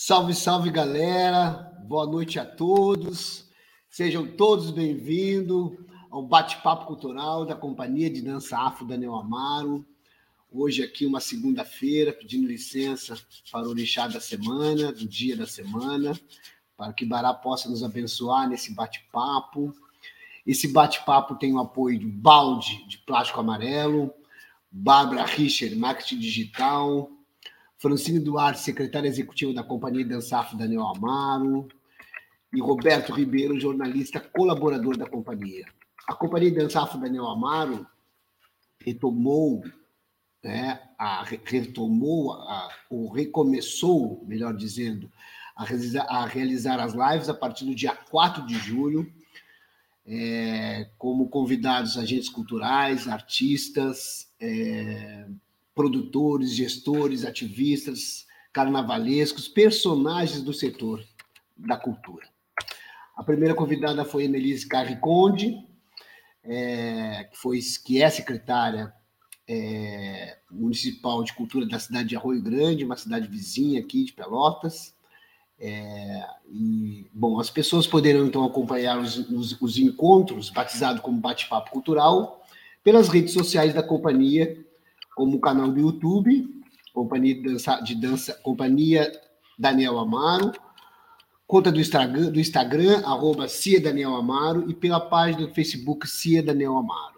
Salve, salve, galera! Boa noite a todos. Sejam todos bem-vindos ao bate-papo cultural da Companhia de Dança Afro Daniel Amaro. Hoje aqui uma segunda-feira, pedindo licença para o orixá da semana, do dia da semana, para que Bará possa nos abençoar nesse bate-papo. Esse bate-papo tem o apoio de Balde, de Plástico Amarelo, Bárbara Richer, Marketing Digital, Francine Duarte, secretária executiva da Companhia de Dança Afro Daniel Amaro, e Roberto Ribeiro, jornalista colaborador da companhia. A Companhia de Dança Afro Daniel Amaro retomou, ou recomeçou, melhor dizendo, a realizar as lives a partir do dia 4 de julho, como convidados agentes culturais, artistas, produtores, gestores, ativistas, carnavalescos, personagens do setor da cultura. A primeira convidada foi Annelise Carriconde, que é secretária municipal de cultura da cidade de Arroio Grande, uma cidade vizinha aqui de Pelotas. As pessoas poderão, então, acompanhar os encontros, batizado como Bate-Papo Cultural, pelas redes sociais da companhia, como o canal do YouTube, Companhia Companhia Daniel Amaro, conta do Instagram, @Cia Daniel Amaro, e pela página do Facebook Cia Daniel Amaro.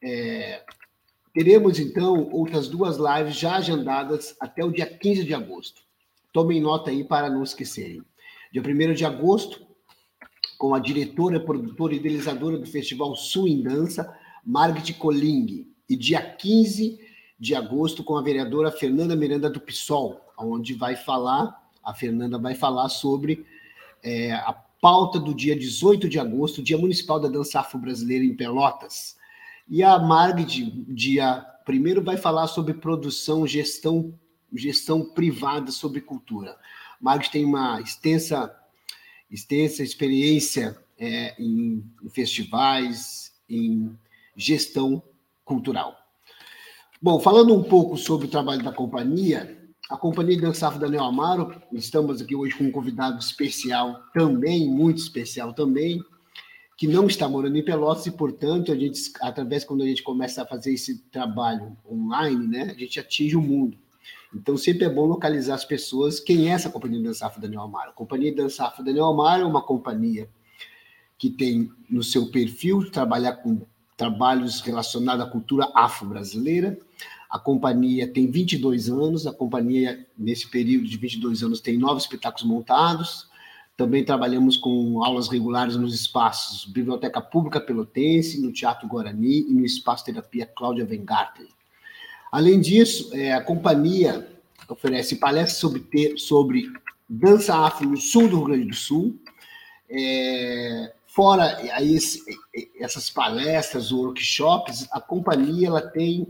Teremos, então, outras duas lives já agendadas até o dia 15 de agosto. Tomem nota aí para não esquecerem. Dia 1º de agosto, com a diretora, produtora e idealizadora do Festival Sul em Dança, Margit Coling. E dia 15 de agosto, com a vereadora Fernanda Miranda do PSOL, onde a Fernanda vai falar sobre a pauta do dia 18 de agosto, Dia Municipal da Dança Afro-Brasileira em Pelotas. E a Margit, dia 1º, vai falar sobre produção, gestão privada sobre cultura. Margit tem uma extensa experiência em festivais, em gestão cultural. Bom, falando um pouco sobre o trabalho da companhia, a Companhia de Dança Afro Daniel Amaro, estamos aqui hoje com um convidado especial também, muito especial também, que não está morando em Pelotas e, portanto, quando a gente começa a fazer esse trabalho online, né, a gente atinge o mundo. Então, sempre é bom localizar as pessoas. Quem é essa Companhia de Dança Afro Daniel Amaro? A Companhia de Dança Afro Daniel Amaro é uma companhia que tem no seu perfil trabalhar com trabalhos relacionados à cultura afro-brasileira. A companhia tem 22 anos, a companhia, nesse período de 22 anos, tem 9 espetáculos montados. Também trabalhamos com aulas regulares nos espaços Biblioteca Pública Pelotense, no Teatro Guarani e no Espaço Terapia Cláudia Weingarten. Além disso, a companhia oferece palestras sobre dança afro no sul do Rio Grande do Sul. Fora aí essas palestras, workshops, a companhia ela tem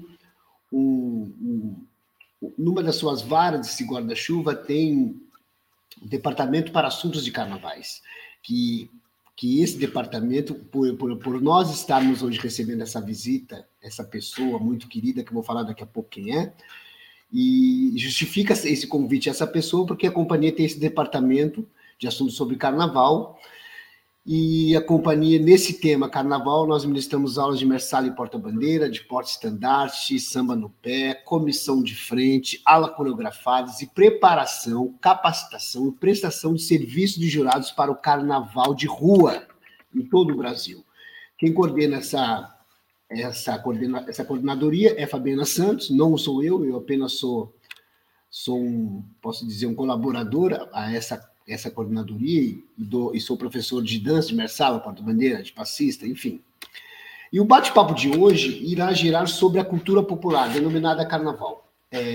numa das suas varas desse guarda-chuva tem um departamento para assuntos de carnavais, que esse departamento, por nós estarmos hoje recebendo essa visita, essa pessoa muito querida, que eu vou falar daqui a pouco quem é, e justifica esse convite a essa pessoa, porque a companhia tem esse departamento de assuntos sobre carnaval, e a companhia, nesse tema carnaval, nós ministramos aulas de mersala e porta-bandeira, de porta-estandarte, samba no pé, comissão de frente, ala coreografadas e preparação, capacitação e prestação de serviço de jurados para o carnaval de rua em todo o Brasil. Quem coordena essa coordenadoria é Fabiana Santos, não sou eu apenas sou posso dizer, um colaborador a essa coordenadoria e sou professor de dança, de mersala, porta-bandeira, de passista, enfim. E o bate-papo de hoje irá girar sobre a cultura popular, denominada carnaval.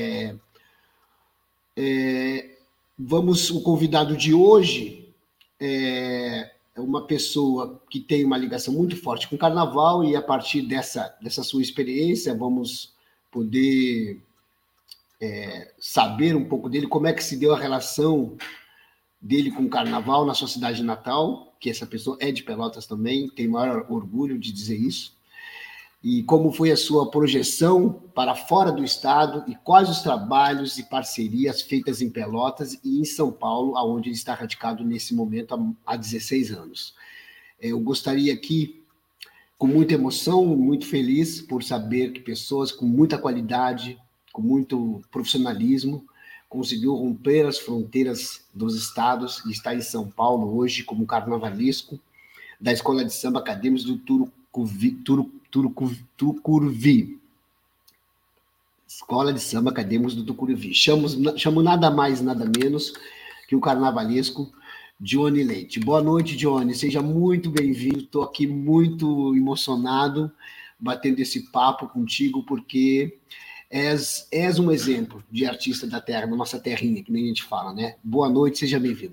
O convidado de hoje é uma pessoa que tem uma ligação muito forte com o carnaval, e a partir dessa sua experiência vamos poder saber um pouco dele, como é que se deu a relação dele com o carnaval na sua cidade natal, que essa pessoa é de Pelotas também, tem maior orgulho de dizer isso. e como foi a sua projeção para fora do estado e quais os trabalhos e parcerias feitas em Pelotas e em São Paulo, aonde ele está radicado nesse momento há 16 anos. Eu gostaria aqui, com muita emoção, muito feliz por saber que pessoas com muita qualidade, com muito profissionalismo, conseguiu romper as fronteiras dos estados e está em São Paulo hoje como carnavalesco da Escola de Samba Acadêmicos do Tucuruvi. Escola de Samba Acadêmicos do Tucuruvi. Chamo nada mais, nada menos que o carnavalesco Johnny Leite. Boa noite, Johnny. Seja muito bem-vindo. Estou aqui muito emocionado batendo esse papo contigo, porque és um exemplo de artista da terra, da nossa terrinha, que nem a gente fala, né? Boa noite, seja bem-vindo.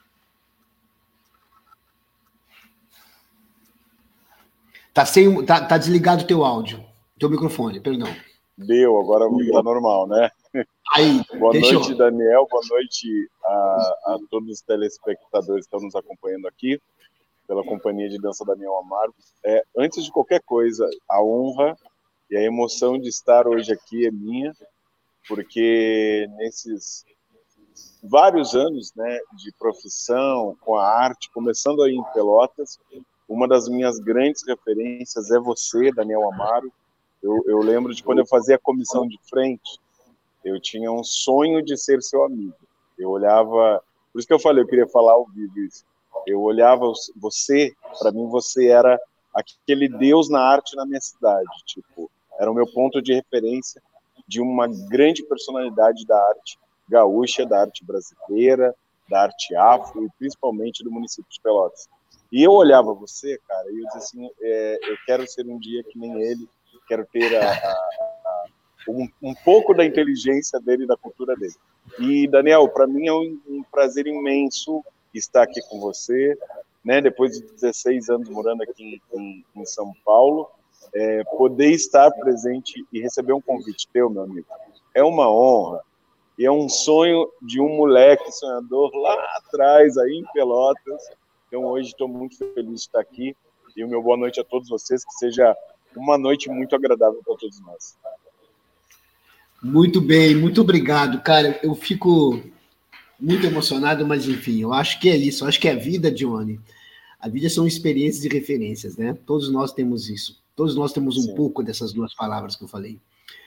Tá desligado o teu áudio, teu microfone, perdão. Deu, agora tá normal, né? Aí, boa noite, Daniel, boa noite a todos os telespectadores que estão nos acompanhando aqui, pela Companhia de Dança Daniel Amaro. Antes de qualquer coisa, a honra e a emoção de estar hoje aqui é minha, porque nesses vários anos, né, de profissão, com a arte, começando aí em Pelotas, uma das minhas grandes referências é você, Daniel Amaro. Eu lembro de quando eu fazia a comissão de frente, eu tinha um sonho de ser seu amigo. Eu olhava, por isso que eu falei, eu queria falar ao vivo isso. Eu olhava você, para mim você era aquele deus na arte na minha cidade, tipo, era o meu ponto de referência de uma grande personalidade da arte gaúcha, da arte brasileira, da arte afro e principalmente do município de Pelotas. E eu olhava você, cara, e eu dizia assim, eu quero ser um dia que nem ele, quero ter um pouco da inteligência dele e da cultura dele. E, Daniel, para mim é um prazer imenso estar aqui com você, né? Depois de 16 anos morando aqui em São Paulo, poder estar presente e receber um convite teu, meu amigo, é uma honra. E é um sonho de um moleque sonhador lá atrás, aí em Pelotas. Então, hoje estou muito feliz de estar aqui. E o meu boa noite a todos vocês, que seja uma noite muito agradável para todos nós. Muito bem, muito obrigado, cara. Eu fico muito emocionado, mas enfim, eu acho que é isso. Eu acho que é a vida, Johnny. A vida são experiências e referências, né? Todos nós temos isso. Todos nós temos um pouco dessas duas palavras que eu falei.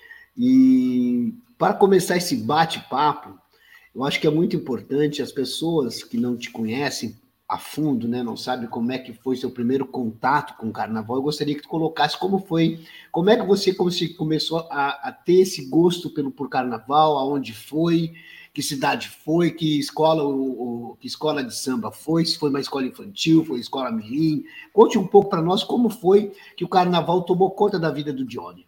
E para começar esse bate-papo, eu acho que é muito importante as pessoas que não te conhecem a fundo, né, não sabem como é que foi seu primeiro contato com o carnaval. Eu gostaria que tu colocasse como é que você começou a ter esse gosto por carnaval, aonde foi, que cidade foi, que escola de samba foi, se foi uma escola infantil, foi escola mirim. Conte um pouco para nós como foi que o carnaval tomou conta da vida do Johnny.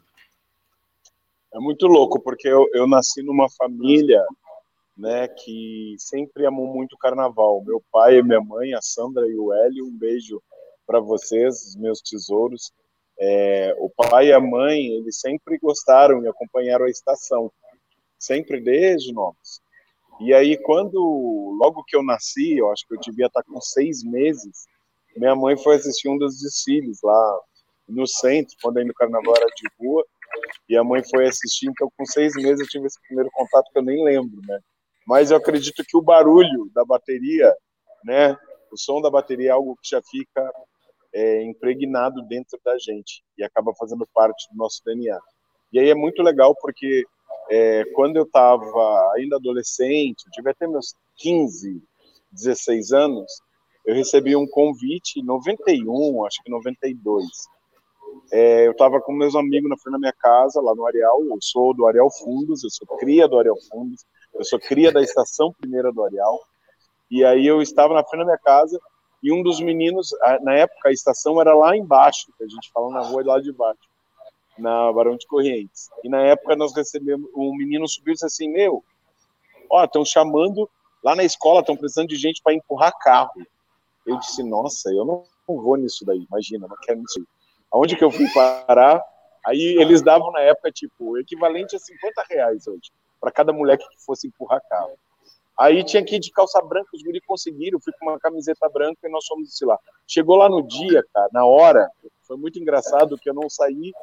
É muito louco, porque eu nasci numa família, né, que sempre amou muito o carnaval. Meu pai e minha mãe, a Sandra e o Hélio, um beijo para vocês, os meus tesouros. O pai e a mãe, eles sempre gostaram e acompanharam a estação, sempre desde novos. E aí, logo que eu nasci, eu acho que eu devia estar com 6 meses, minha mãe foi assistir um dos desfiles lá no centro, quando ainda o carnaval era de rua, e a mãe foi assistir, então com 6 meses eu tive esse primeiro contato que eu nem lembro, né? Mas eu acredito que o barulho da bateria, né, o som da bateria é algo que já fica impregnado dentro da gente e acaba fazendo parte do nosso DNA. E aí é muito legal porque quando eu estava ainda adolescente, eu tive até meus 15, 16 anos, eu recebi um convite em 91, acho que 92. Eu estava com meus amigos na frente da minha casa, lá no Areal. Eu sou do Areal Fundos, eu sou cria do Areal Fundos, eu sou cria da Estação Primeira do Areal. E aí eu estava na frente da minha casa e um dos meninos, na época a estação era lá embaixo, que a gente fala na rua lá de baixo, na Barão de Correntes. E na época nós recebemos, um menino subiu e disse assim, estão chamando lá na escola, estão precisando de gente para empurrar carro. Eu disse, nossa, eu não vou nisso daí, imagina, não quero nisso. Aonde que eu fui parar? Aí eles davam na época, tipo, o equivalente a R$50 hoje, para cada moleque que fosse empurrar carro. Aí tinha que ir de calça branca, os guri conseguiram, eu fui com uma camiseta branca e nós fomos desfilar. Chegou lá no dia, cara, na hora, foi muito engraçado que eu não saí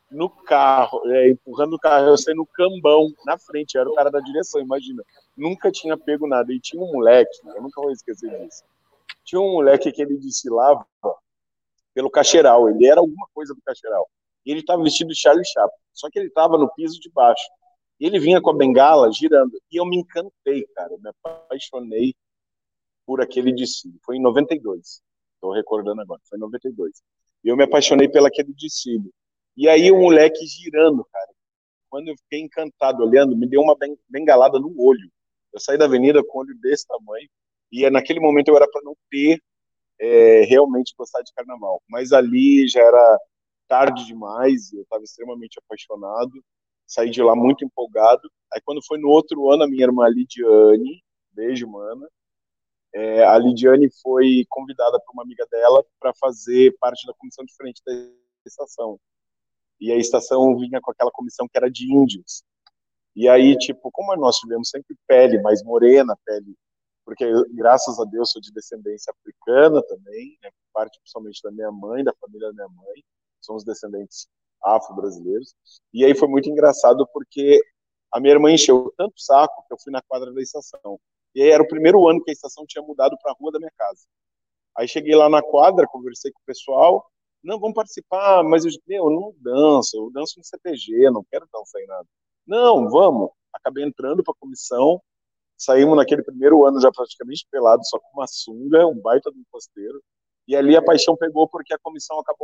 no carro, empurrando o carro, eu saí no cambão, na frente, eu era o cara da direção, imagina. Nunca tinha pego nada. E tinha um moleque, eu nunca vou esquecer disso. Tinha um moleque que ele desfilava pelo Cacheral, ele era alguma coisa do Cacheral. E ele estava vestido de Charlie Chaplin, só que ele estava no piso de baixo. E ele vinha com a bengala girando, e eu me encantei, cara, eu me apaixonei por aquele desfile. Foi em 92, estou recordando agora, foi em 92. E eu me apaixonei pelo aquele desfile. E aí o moleque girando, cara, quando eu fiquei encantado olhando, me deu uma bengalada no olho. Eu saí da avenida com o olho desse tamanho, e naquele momento eu era para não ter realmente gostar de carnaval. Mas ali já era tarde demais, eu estava extremamente apaixonado, saí de lá muito empolgado. Aí quando foi no outro ano, a minha irmã Lidiane, beijo, mana, a Lidiane foi convidada por uma amiga dela para fazer parte da comissão de frente da estação. E a estação vinha com aquela comissão que era de índios. E aí, tipo, como nós tivemos sempre pele mais morena, pele, porque graças a Deus sou de descendência africana também, né, parte principalmente da minha mãe, da família da minha mãe, somos descendentes afro-brasileiros. E aí foi muito engraçado porque a minha irmã encheu tanto saco que eu fui na quadra da estação. E aí era o primeiro ano que a estação tinha mudado para a rua da minha casa. Aí cheguei lá na quadra, conversei com o pessoal, não, vamos participar, mas eu não danço, eu danço no CTG, não quero dançar em nada. Não, vamos. Acabei entrando para a comissão, saímos naquele primeiro ano já praticamente pelado, só com uma sunga, um baita de um costeiro, e ali a paixão pegou porque a comissão acabou,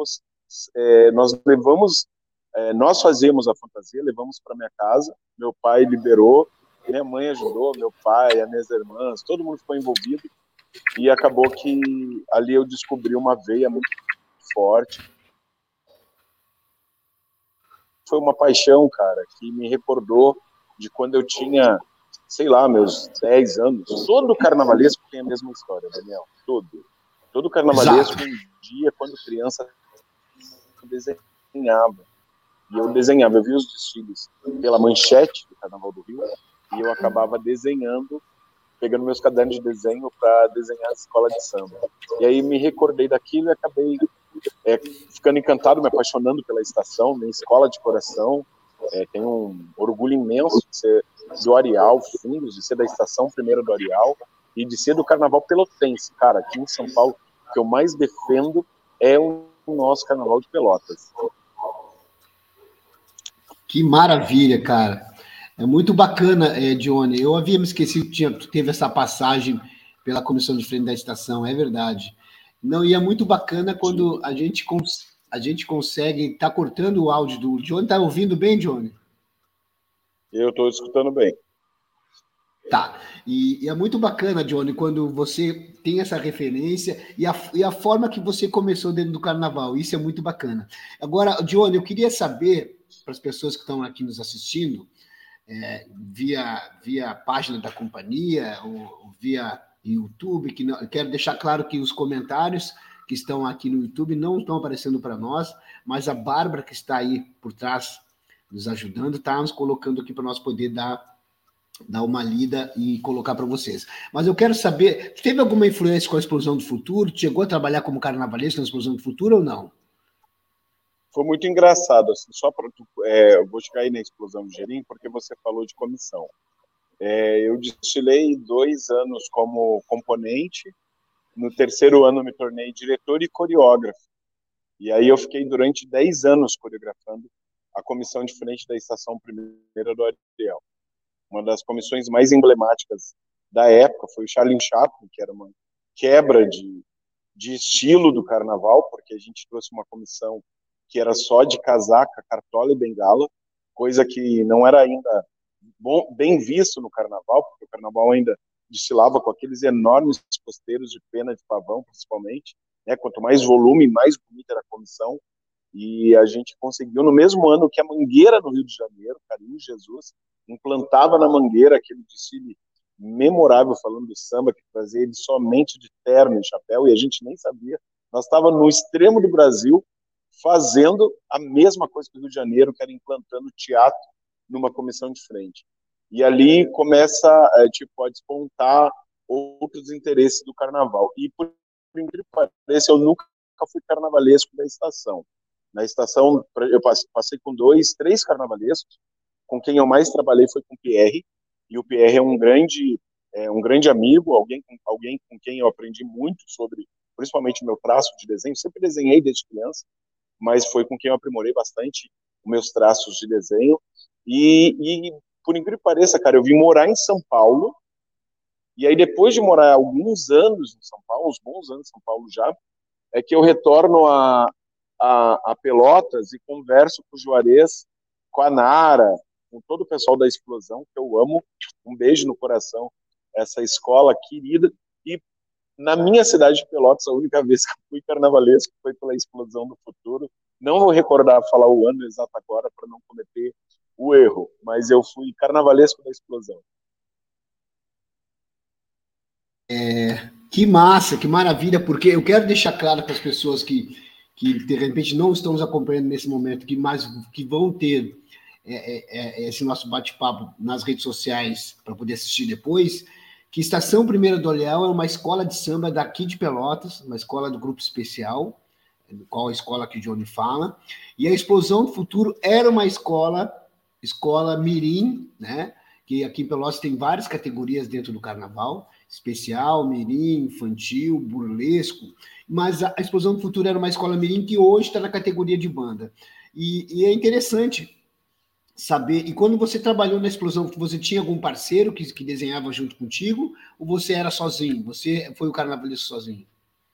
nós fazíamos a fantasia, levamos para minha casa, meu pai liberou, minha mãe ajudou, meu pai, as minhas irmãs, todo mundo ficou envolvido, e acabou que ali eu descobri uma veia muito forte. Foi uma paixão, cara, que me recordou de quando eu tinha, sei lá, meus 10 anos. Todo carnavalesco tem a mesma história, Daniel. Todo carnavalesco, um dia, quando criança, desenhava. E eu desenhava, eu via os desfiles pela manchete do Carnaval do Rio, e eu acabava desenhando, pegando meus cadernos de desenho para desenhar a escola de samba. E aí me recordei daquilo e acabei ficando encantado, me apaixonando pela estação, minha escola de coração. Tenho um orgulho imenso de ser do Areal Fundos, de ser da estação primeira do Areal e de ser do Carnaval Pelotense. Cara, aqui em São Paulo, o que eu mais defendo é o nosso Carnaval de Pelotas. Que maravilha, cara. É muito bacana, Johnny. Eu havia me esquecido que tu teve essa passagem pela comissão de frente da estação, é verdade. Não, e é muito bacana quando a gente consegue. Tá cortando o áudio do Johnny. Tá ouvindo bem, Johnny? Eu estou escutando bem. Tá. E é muito bacana, Johnny, quando você tem essa referência e a forma que você começou dentro do carnaval. Isso é muito bacana. Agora, Johnny, eu queria saber, para as pessoas que estão aqui nos assistindo, via página da companhia ou via YouTube, que não, quero deixar claro que os comentários que estão aqui no YouTube não estão aparecendo para nós, mas a Bárbara, que está aí por trás, nos ajudando, está nos colocando aqui para nós poder dar uma lida e colocar para vocês. Mas eu quero saber, teve alguma influência com a Explosão do Futuro? Chegou a trabalhar como carnavalesco na Explosão do Futuro ou não? Foi muito engraçado, assim, só para eu vou chegar aí na Explosão de Gerim, porque você falou de comissão. Eu desfilei 2 anos como componente, no terceiro ano me tornei diretor e coreógrafo. E aí eu fiquei durante 10 anos coreografando a comissão de frente da estação primeira do Areal. Uma das comissões mais emblemáticas da época foi o Charlie Chaplin, que era uma quebra de estilo do carnaval, porque a gente trouxe uma comissão que era só de casaca, cartola e bengala, coisa que não era ainda bem visto no carnaval, porque o carnaval ainda desfilava com aqueles enormes costeiros de pena de pavão, principalmente, né? Quanto mais volume, mais bonita era a comissão, e a gente conseguiu, no mesmo ano que a Mangueira no Rio de Janeiro, Carinho Jesus, implantava na Mangueira aquele desfile memorável, falando do samba, que trazia ele somente de terno e chapéu, e a gente nem sabia. Nós estávamos no extremo do Brasil, fazendo a mesma coisa que o Rio de Janeiro, que era implantando teatro numa comissão de frente. E ali começa a despontar outros interesses do carnaval. E por incrível que pareça, eu nunca fui carnavalesco da estação. Na estação, eu passei com 2, 3 carnavalescos. Com quem eu mais trabalhei foi com o Pierre, e o Pierre é um grande amigo, alguém com quem eu aprendi muito sobre, principalmente o meu traço de desenho. Sempre desenhei desde criança, mas foi com quem eu aprimorei bastante os meus traços de desenho. E por incrível que pareça, cara, eu vim morar em São Paulo, e aí depois de morar alguns anos em São Paulo, uns bons anos em São Paulo já, é que eu retorno a Pelotas e converso com o Juarez, com a Nara, com todo o pessoal da Explosão, que eu amo. Um beijo no coração, essa escola querida. E na minha cidade de Pelotas, a única vez que eu fui carnavalesco foi pela Explosão do Futuro. Não vou recordar falar o ano exato agora para não cometer o erro, mas eu fui carnavalesco da Explosão. Que massa, que maravilha, porque eu quero deixar claro para as pessoas que de repente não estão nos acompanhando nesse momento, que vão ter esse nosso bate-papo nas redes sociais para poder assistir depois, que Estação Primeira do Olhão é uma escola de samba daqui de Pelotas, uma escola do Grupo Especial, qual a escola que o Johnny fala, e a Explosão do Futuro era uma escola mirim, né? Que aqui em Pelotas tem várias categorias dentro do carnaval, especial, mirim, infantil, burlesco, mas a Explosão do Futuro era uma escola mirim que hoje está na categoria de banda. E é interessante saber, e quando você trabalhou na Explosão, você tinha algum parceiro que desenhava junto contigo, ou você era sozinho? Você foi o carnavalesco sozinho?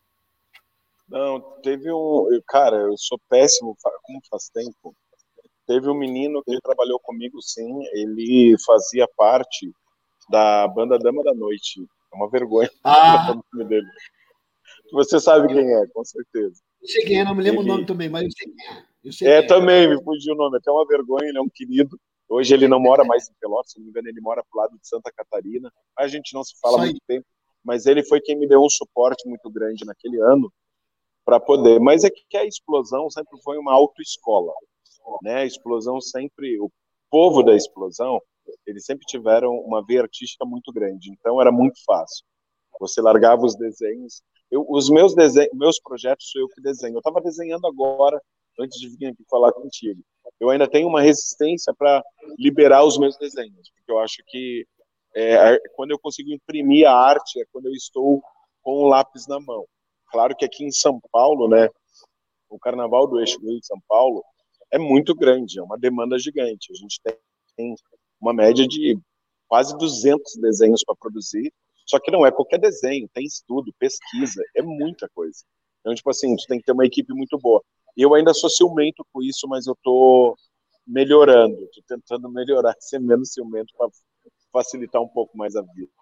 Não, teve um... Cara, eu sou péssimo, como faz tempo. Teve um menino que trabalhou comigo, sim, ele fazia parte da banda Dama da Noite. É uma vergonha Ah, o nome dele. Você sabe eu, quem é, com certeza. eu sei quem é, não me lembro o nome Ele também, mas eu sei quem é. Eu sei quem é. também me fugiu o nome, até uma vergonha, ele é um querido. Hoje ele não mora mais em Pelotas, se não me engano, ele mora pro lado de Santa Catarina. A gente não se fala há Isso aí. muito tempo, mas ele foi quem me deu um suporte muito grande naquele ano para poder. Mas é que a Explosão sempre foi uma autoescola, né? A Explosão sempre, o povo da Explosão, eles sempre tiveram uma veia artística muito grande, então era muito fácil. Você largava os desenhos. Os meus projetos sou eu que desenho. Eu estava desenhando agora, antes de vir aqui falar contigo. Eu ainda tenho uma resistência para liberar os meus desenhos, porque eu acho que quando eu consigo imprimir a arte é quando eu estou com o lápis na mão. Claro que aqui em São Paulo, né, o Carnaval do Eixo Rio de São Paulo é muito grande, é uma demanda gigante. A gente tem uma média de quase 200 desenhos para produzir, só que não é qualquer desenho, tem estudo, pesquisa, é muita coisa. Então, tipo assim, tu tem que ter uma equipe muito boa. E eu ainda sou ciumento com isso, mas eu tô melhorando, tô tentando melhorar, ser menos ciumento para facilitar um pouco mais a vida.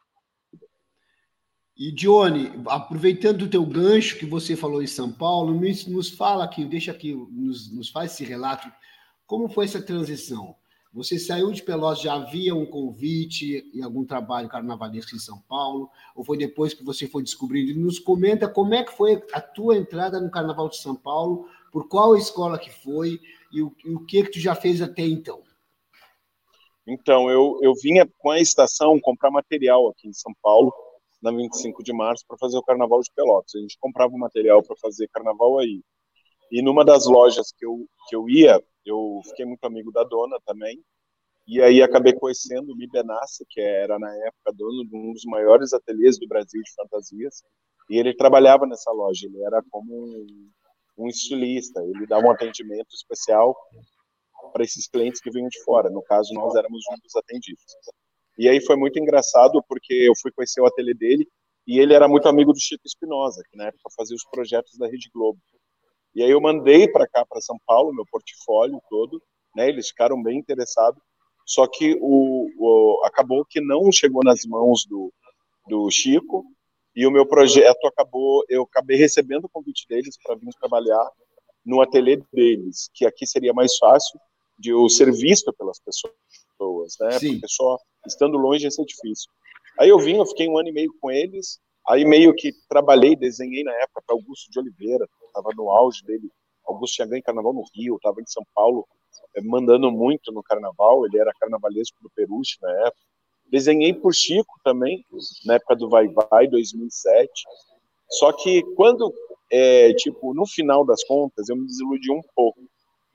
E, Dione, aproveitando o teu gancho que você falou em São Paulo, nos fala aqui, deixa aqui, nos faz esse relato, como foi essa transição? Você saiu de Pelotas, já havia um convite em algum trabalho carnavalesco em São Paulo, ou foi depois que você foi descobrindo? Nos comenta como é que foi a tua entrada no Carnaval de São Paulo, por qual escola que foi, e o que tu já fez até então? Então, eu vinha com a estação comprar material aqui em São Paulo, na 25 de março, para fazer o Carnaval de Pelotas. A gente comprava o material para fazer carnaval aí. E numa das lojas que eu ia, eu fiquei muito amigo da dona também, e aí acabei conhecendo o Mi Benassi, que era, na época, dono de um dos maiores ateliês do Brasil de fantasias, e ele trabalhava nessa loja, ele era como um estilista, ele dava um atendimento especial para esses clientes que vinham de fora. No caso, nós éramos um dos atendidos. E aí foi muito engraçado, porque eu fui conhecer o ateliê dele, e ele era muito amigo do Chico Espinosa, que na época fazia os projetos da Rede Globo. E aí eu mandei para cá, para São Paulo, meu portfólio todo, né? Eles ficaram bem interessados, só que acabou que não chegou nas mãos do Chico, e o meu projeto eu acabei recebendo o convite deles para vir trabalhar no ateliê deles, que aqui seria mais fácil de eu ser visto pelas pessoas, né? Sim. Porque só estando longe ia ser difícil. Aí eu fiquei 1 ano e meio com eles, aí meio que trabalhei, desenhei na época para Augusto de Oliveira, estava no auge dele. Augusto tinha ganho carnaval no Rio, estava em São Paulo, mandando muito no carnaval, ele era carnavalesco do Peruche na época. Desenhei por Chico também, na época do Vai Vai, 2007. Só que quando, tipo, no final das contas, eu me desiludi um pouco,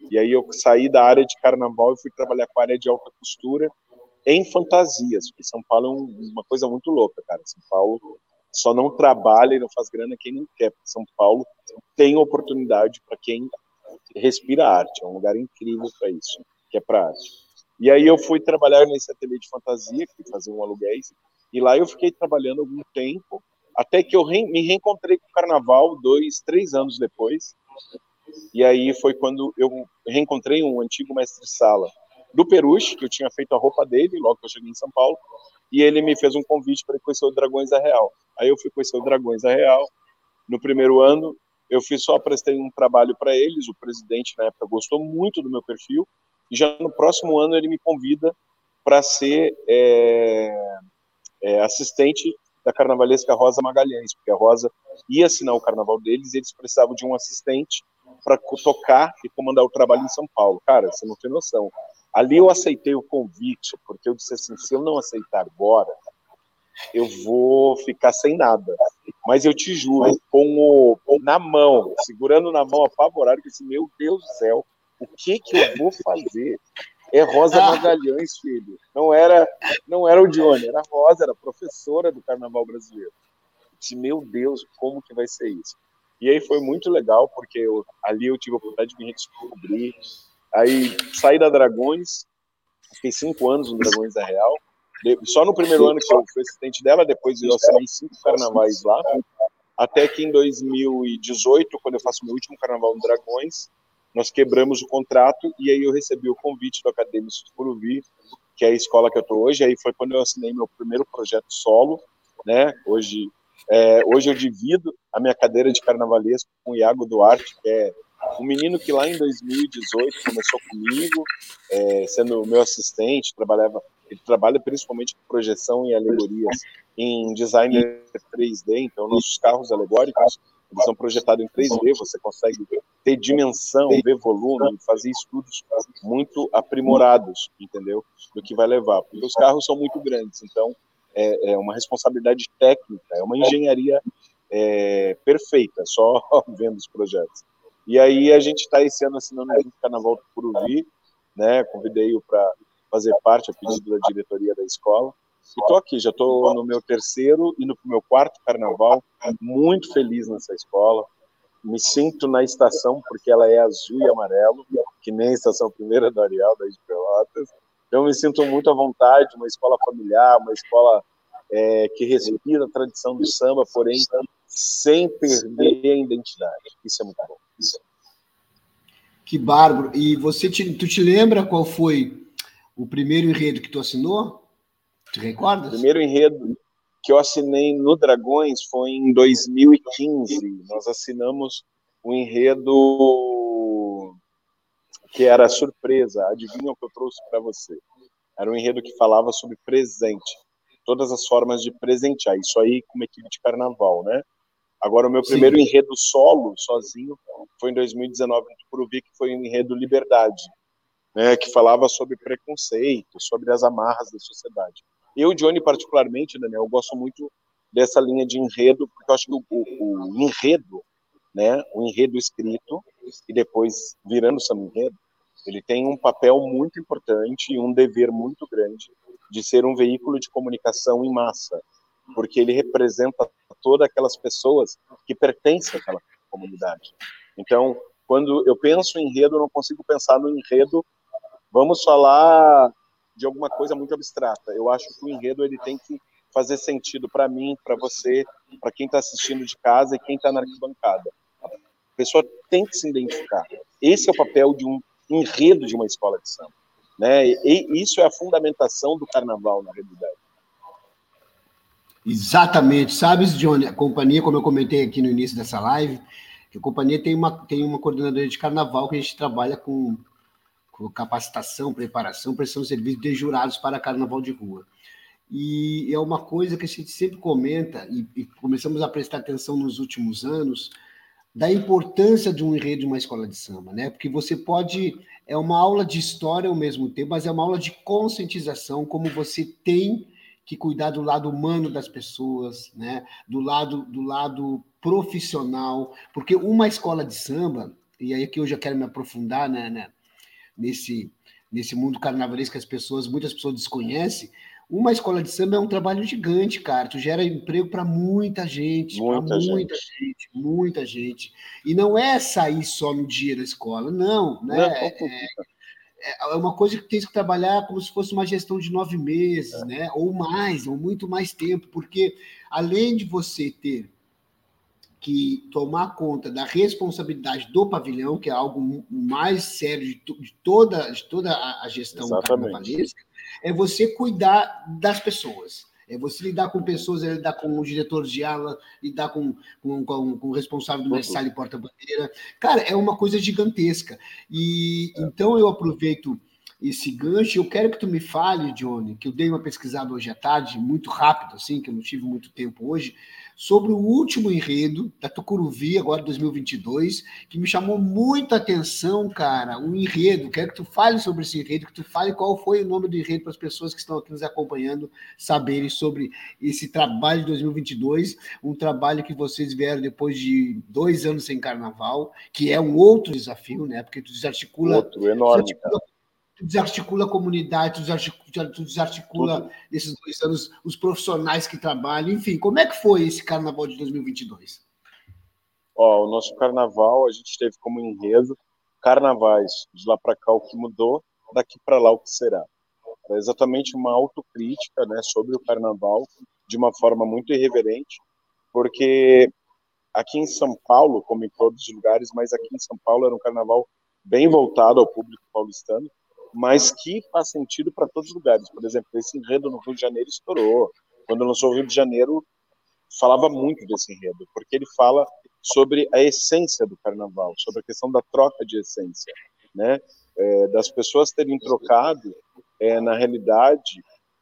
E aí eu saí da área de carnaval e fui trabalhar com a área de alta costura em fantasias, porque São Paulo é uma coisa muito louca, cara. São Paulo só não trabalha e não faz grana quem não quer, porque São Paulo tem oportunidade para quem respira arte, é um lugar incrível para isso, que é para arte. E aí eu fui trabalhar nesse ateliê de fantasia, que fazia um aluguéis, e lá eu fiquei trabalhando algum tempo, até que eu me reencontrei com o carnaval 2, 3 anos depois, e aí foi quando eu reencontrei um antigo mestre-sala do Peruche, que eu tinha feito a roupa dele, logo que eu cheguei em São Paulo, e ele me fez um convite para conhecer o Dragões da Real. Aí eu fui conhecer o Dragões da Real. No primeiro ano, eu só prestei um trabalho para eles, o presidente na época gostou muito do meu perfil, e já no próximo ano ele me convida para ser assistente da carnavalesca Rosa Magalhães, porque a Rosa ia assinar o carnaval deles e eles precisavam de um assistente para tocar e comandar o trabalho em São Paulo. Cara, você não tem noção. Ali eu aceitei o convite, porque eu disse assim, se eu não aceitar agora, eu vou ficar sem nada. Mas eu te juro, na mão, segurando na mão, apavorado, que assim, meu Deus do céu, o que eu vou fazer? É Rosa Magalhães, filho. Não era o Johnny, era a Rosa, era a professora do Carnaval brasileiro. Eu disse, meu Deus, como que vai ser isso? E aí foi muito legal, porque ali eu tive a oportunidade de me redescobrir. Aí saí da Dragões, fiquei 5 anos no Dragões da Real. Só no primeiro ano que eu fui assistente dela, depois eu assinei 5 carnavais lá. Até que em 2018, quando eu faço meu último carnaval no Dragões, nós quebramos o contrato e aí eu recebi o convite do Acadêmico Tucuruvi, que é a escola que eu estou hoje. Aí foi quando eu assinei meu primeiro projeto solo, né? Hoje eu divido a minha cadeira de carnavalesco com o Iago Duarte, que é um menino que lá em 2018 começou comigo, sendo meu assistente, ele trabalha principalmente com projeção e alegorias em designer 3D, então nossos carros alegóricos eles são projetados em 3D, você consegue ter dimensão, ver volume, fazer estudos muito aprimorados, entendeu? Do que vai levar, porque os carros são muito grandes, então é uma responsabilidade técnica, é uma engenharia perfeita, só vendo os projetos. E aí a gente está esse ano assinando o Carnaval do Tucuruvi, né? Convidei-o para fazer parte, a pedido da diretoria da escola. E estou aqui, já estou no meu terceiro e no meu quarto carnaval, muito feliz nessa escola. Me sinto na estação, porque ela é azul e amarelo, que nem a estação primeira do Areal, da de Pelotas. Então, me sinto muito à vontade, uma escola familiar, uma escola que respira a tradição do samba, porém, sem perder a identidade. Isso é muito bom. Que bárbaro. E tu te lembra qual foi o primeiro enredo que tu assinou? Te recordas? O primeiro enredo que eu assinei no Dragões foi em 2015. Nós assinamos um enredo que era surpresa. Adivinha o que eu trouxe para você? Era um enredo que falava sobre presente. Todas as formas de presentear. Isso aí com uma equipe de carnaval, né? Agora, o meu primeiro enredo solo, sozinho, foi em 2019 no Tucuruvi, que foi o enredo Liberdade, né, que falava sobre preconceito, sobre as amarras da sociedade. Eu, Johnny, particularmente, Daniel, eu gosto muito dessa linha de enredo, porque eu acho que o enredo, né, o enredo escrito, e depois virando samba-enredo, ele tem um papel muito importante e um dever muito grande de ser um veículo de comunicação em massa, porque ele representa todas aquelas pessoas que pertencem àquela comunidade. Então, quando eu penso em enredo, eu não consigo pensar no enredo, vamos falar de alguma coisa muito abstrata. Eu acho que o enredo ele tem que fazer sentido para mim, para você, para quem está assistindo de casa e quem está na arquibancada. A pessoa tem que se identificar. Esse é o papel de um enredo de uma escola de samba, né? E isso é a fundamentação do carnaval, na realidade. Exatamente. Sabes, Johnny, a companhia, como eu comentei aqui no início dessa live, que a companhia tem uma coordenadora de carnaval que a gente trabalha com capacitação, preparação, prestação de serviço de jurados para carnaval de rua. E é uma coisa que a gente sempre comenta, e começamos a prestar atenção nos últimos anos, da importância de um enredo de uma escola de samba, né? Porque você pode... É uma aula de história ao mesmo tempo, mas é uma aula de conscientização, como você tem que cuidar do lado humano das pessoas, né? Do lado profissional, porque uma escola de samba, e aí que eu já quero me aprofundar, né? nesse mundo carnavalesco que muitas pessoas desconhecem. Uma escola de samba é um trabalho gigante, cara. Tu gera emprego para muita gente, muita gente. E não é sair só no dia da escola, não, né? É uma coisa que tem que trabalhar como se fosse uma gestão de 9 meses, né? Ou mais, ou muito mais tempo, porque além de você ter que tomar conta da responsabilidade do pavilhão, que é algo mais sério de toda a gestão carnavalesca, é você cuidar das pessoas. É você lidar com pessoas, é lidar com o diretor de ala, lidar com o responsável do mestre e porta-bandeira. Cara, é uma coisa gigantesca. E então eu aproveito esse gancho. Eu quero que tu me fale, Johnny, que eu dei uma pesquisada hoje à tarde, muito rápido, assim, que eu não tive muito tempo hoje, sobre o último enredo da Tucuruvi, agora 2022, que me chamou muita atenção, cara, um enredo. Quero que tu fale sobre esse enredo, que tu fale qual foi o nome do enredo para as pessoas que estão aqui nos acompanhando saberem sobre esse trabalho de 2022, um trabalho que vocês vieram depois de 2 anos sem carnaval, que é um outro desafio, né? Porque tu desarticula... Outro, enorme, cara. Tu desarticula a comunidade, tu desarticula nesses 2 anos os profissionais que trabalham, enfim, como é que foi esse carnaval de 2022? O nosso carnaval, a gente teve como enredo carnavais de lá para cá o que mudou, daqui para lá o que será. É exatamente uma autocrítica, né, sobre o carnaval, de uma forma muito irreverente, porque aqui em São Paulo, como em todos os lugares, mas aqui em São Paulo era um carnaval bem voltado ao público paulistano, mas que faz sentido para todos os lugares. Por exemplo, esse enredo no Rio de Janeiro estourou. Quando lançou o Rio de Janeiro, falava muito desse enredo, porque ele fala sobre a essência do carnaval, sobre a questão da troca de essência, né? Das pessoas terem trocado, na realidade,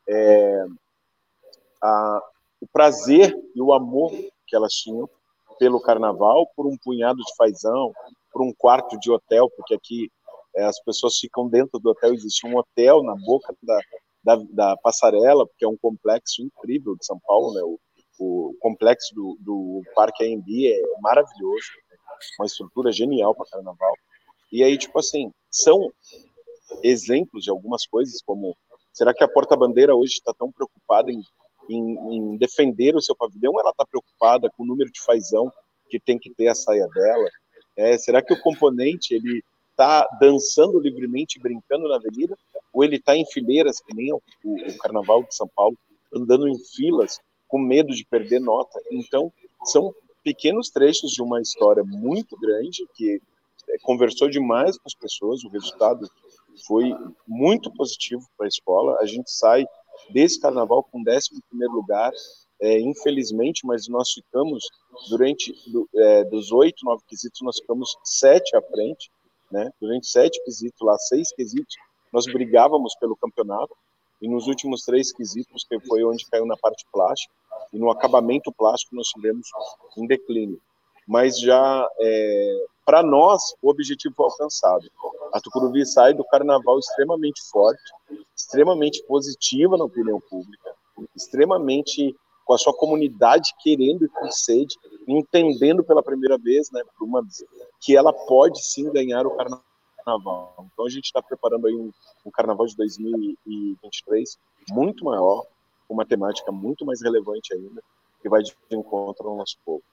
o prazer e o amor que elas tinham pelo carnaval, por um punhado de fazão, por um quarto de hotel, porque aqui as pessoas ficam dentro do hotel, existe um hotel na boca da passarela, porque é um complexo incrível de São Paulo, né? O complexo do Parque AMB é maravilhoso, uma estrutura genial para carnaval. E aí, tipo assim, são exemplos de algumas coisas, como será que a porta-bandeira hoje está tão preocupada em defender o seu pavilhão, ou ela está preocupada com o número de fazão que tem que ter a saia dela? Será que o componente ele está dançando livremente, brincando na avenida, ou ele está em fileiras, que nem o Carnaval de São Paulo, andando em filas, com medo de perder nota? Então, são pequenos trechos de uma história muito grande, que conversou demais com as pessoas, o resultado foi muito positivo para a escola. A gente sai desse carnaval com 11º lugar, infelizmente, mas nós ficamos, dos 8, 9 quesitos, nós ficamos 7 à frente, né? Durante 7 quesitos lá, 6 quesitos, nós brigávamos pelo campeonato, e nos últimos 3 quesitos, que foi onde caiu na parte plástica, e no acabamento plástico nós tivemos um declínio. Mas já, para nós, o objetivo foi alcançado. A Tucuruvi sai do carnaval extremamente forte, extremamente positiva na opinião pública, extremamente com a sua comunidade querendo e com sede, entendendo pela primeira vez, né, que ela pode sim ganhar o carnaval. Então a gente está preparando aí um carnaval de 2023 muito maior, com uma temática muito mais relevante ainda, que vai de encontro ao nosso povo.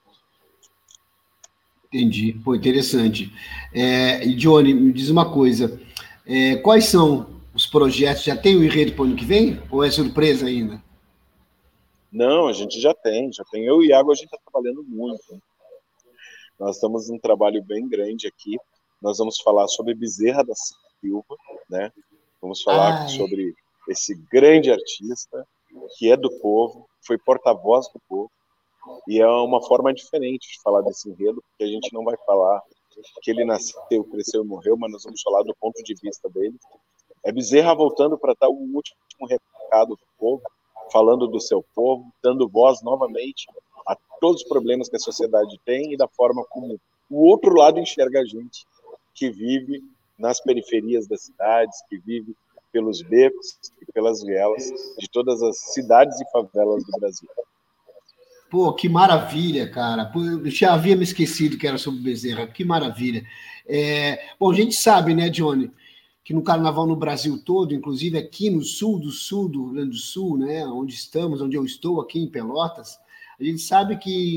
Entendi. Pô, interessante. E Johnny, me diz uma coisa. Quais são os projetos? Já tem o enredo para o ano que vem? Ou é surpresa ainda? Não, a gente já tem. Eu e o Iago, a gente está trabalhando muito. Nós estamos num trabalho bem grande aqui. Nós vamos falar sobre Bezerra da Silva, né? Vamos falar sobre esse grande artista que é do povo, foi porta-voz do povo. E é uma forma diferente de falar desse enredo, porque a gente não vai falar que ele nasceu, cresceu e morreu, mas nós vamos falar do ponto de vista dele. É Bezerra voltando para dar o último recado do povo, falando do seu povo, dando voz novamente a todos os problemas que a sociedade tem e da forma como o outro lado enxerga a gente, que vive nas periferias das cidades, que vive pelos becos e pelas vielas de todas as cidades e favelas do Brasil. Pô, que maravilha, cara. Pô, eu já havia me esquecido que era sobre Bezerra. Que maravilha. Bom, a gente sabe, né, Johnny, que no carnaval no Brasil todo, inclusive aqui no sul do Rio Grande do Sul, né, onde eu estou, aqui em Pelotas, a gente sabe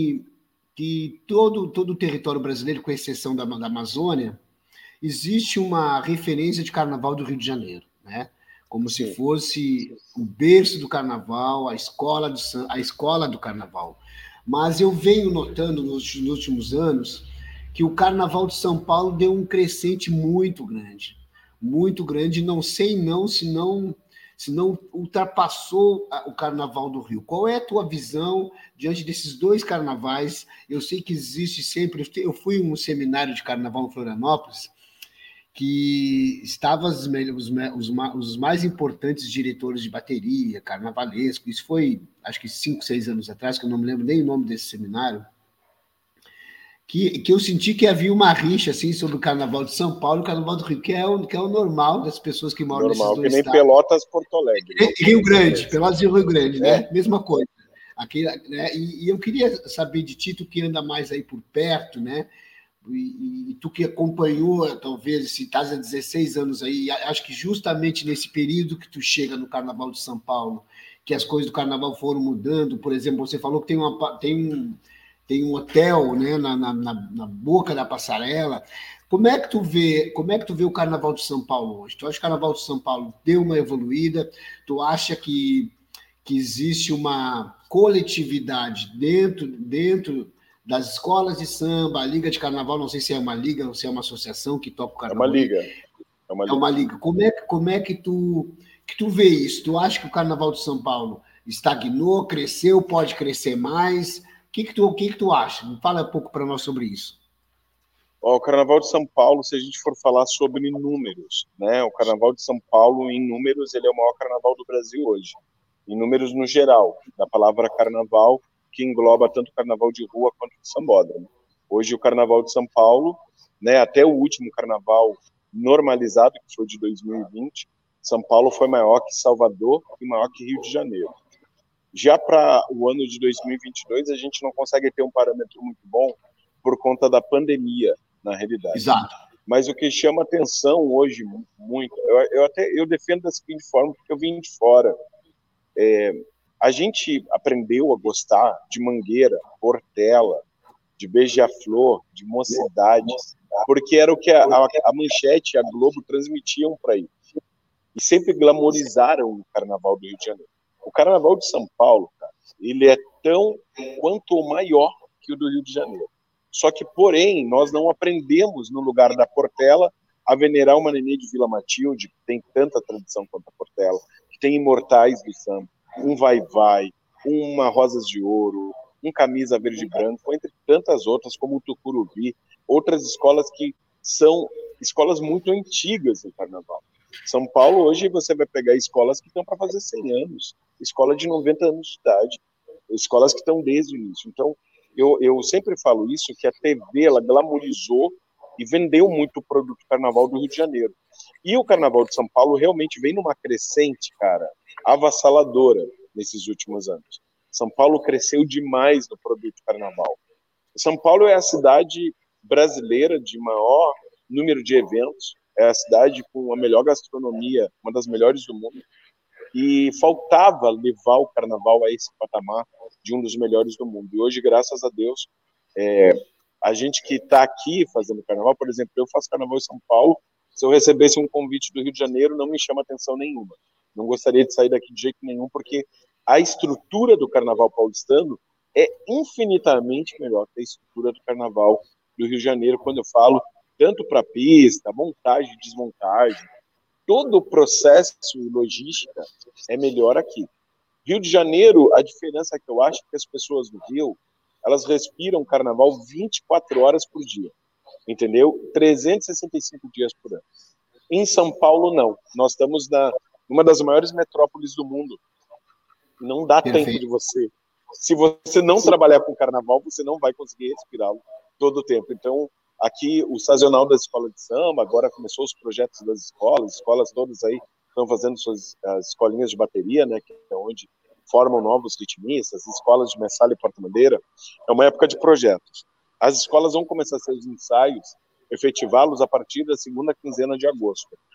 que todo o território brasileiro, com exceção da Amazônia, existe uma referência de carnaval do Rio de Janeiro, né? Como se fosse o berço do carnaval, a escola do carnaval. Mas eu venho notando nos últimos anos que o carnaval de São Paulo deu um crescente muito grande, não sei se não ultrapassou o carnaval do Rio. Qual é a tua visão diante desses dois carnavais? Eu sei que existe sempre... Eu fui em um seminário de carnaval em Florianópolis, que estavam os mais importantes diretores de bateria, carnavalesco. Isso foi, acho que 5, 6 anos atrás, que eu não me lembro nem o nome desse seminário, que eu senti que havia uma rixa assim, sobre o Carnaval de São Paulo e o Carnaval do Rio, que é o normal das pessoas que moram nesses dois estados. Que nem Pelotas, Porto Alegre. Rio Grande, Pelotas e Rio Grande, né? Mesma coisa. Aqui, né? E eu queria saber de ti, tu que anda mais aí por perto, né? E tu que acompanhou, talvez, se estás há 16 anos aí, acho que justamente nesse período que tu chega no Carnaval de São Paulo, que as coisas do Carnaval foram mudando. Por exemplo, você falou que tem um hotel, né, na boca da passarela. Como é que tu vê o Carnaval de São Paulo hoje? Tu acha que o Carnaval de São Paulo deu uma evoluída? Tu acha que existe uma coletividade dentro das escolas de samba, a Liga de Carnaval, não sei se é uma liga ou se é uma associação que toca o carnaval? É uma liga. É uma liga. Como é que tu vê isso? Tu acha que o Carnaval de São Paulo estagnou, cresceu, pode crescer mais? O que tu acha? Fala um pouco para nós sobre isso. O Carnaval de São Paulo, se a gente for falar sobre números, né? O Carnaval de São Paulo, em números, ele é o maior carnaval do Brasil hoje. Em números no geral, da palavra carnaval, que engloba tanto o carnaval de rua quanto o sambódromo. Hoje o Carnaval de São Paulo, né, até o último carnaval normalizado, que foi de 2020, São Paulo foi maior que Salvador e maior que Rio de Janeiro. Já para o ano de 2022, a gente não consegue ter um parâmetro muito bom por conta da pandemia, na realidade. Exato. Mas o que chama atenção hoje muito, eu defendo da seguinte forma, porque eu vim de fora. A gente aprendeu a gostar de Mangueira, Portela, de Beija-Flor, de Mocidade, porque era o que a Manchete e a Globo transmitiam para aí. E sempre glamorizaram o Carnaval do Rio de Janeiro. O Carnaval de São Paulo, cara, ele é tão quanto maior que o do Rio de Janeiro. Só que, porém, nós não aprendemos no lugar da Portela a venerar uma Nenê de Vila Matilde, que tem tanta tradição quanto a Portela, que tem imortais do samba, um Vai-Vai, uma Rosas de Ouro, um Camisa Verde e Branco, entre tantas outras, como o Tucuruvi, outras escolas que são escolas muito antigas no Carnaval. São Paulo, hoje, você vai pegar escolas que estão para fazer 100 anos, escola de 90 anos de idade, escolas que estão desde o início. Então, eu sempre falo isso, que a TV, ela glamorizou e vendeu muito o produto do Carnaval do Rio de Janeiro. E o Carnaval de São Paulo realmente vem numa crescente, cara, avassaladora nesses últimos anos. São Paulo cresceu demais no produto do Carnaval. São Paulo é a cidade brasileira de maior número de eventos, é a cidade com a melhor gastronomia, uma das melhores do mundo, e faltava levar o Carnaval a esse patamar de um dos melhores do mundo. E hoje, graças a Deus, a gente que está aqui fazendo Carnaval, por exemplo, eu faço Carnaval em São Paulo, se eu recebesse um convite do Rio de Janeiro, não me chama atenção nenhuma. Não gostaria de sair daqui de jeito nenhum, porque a estrutura do Carnaval paulistano é infinitamente melhor que a estrutura do Carnaval do Rio de Janeiro, quando eu falo tanto para a pista, montagem e desmontagem, todo o processo e logística é melhor aqui. Rio de Janeiro, a diferença que eu acho é que as pessoas no Rio, elas respiram Carnaval 24 horas por dia, entendeu? 365 dias por ano. Em São Paulo, não. Nós estamos numa das maiores metrópoles do mundo. Não dá tempo de você. Se você não trabalhar com Carnaval, você não vai conseguir respirá-lo todo o tempo. Então, aqui, o sazonal das escolas de samba, agora começou os projetos das escolas todas aí estão fazendo as escolinhas de bateria, né, que é onde formam novos ritmistas, escolas de Messala e Porta-Bandeira. É uma época de projetos. As escolas vão começar seus ensaios, efetivá-los a partir da segunda quinzena de agosto.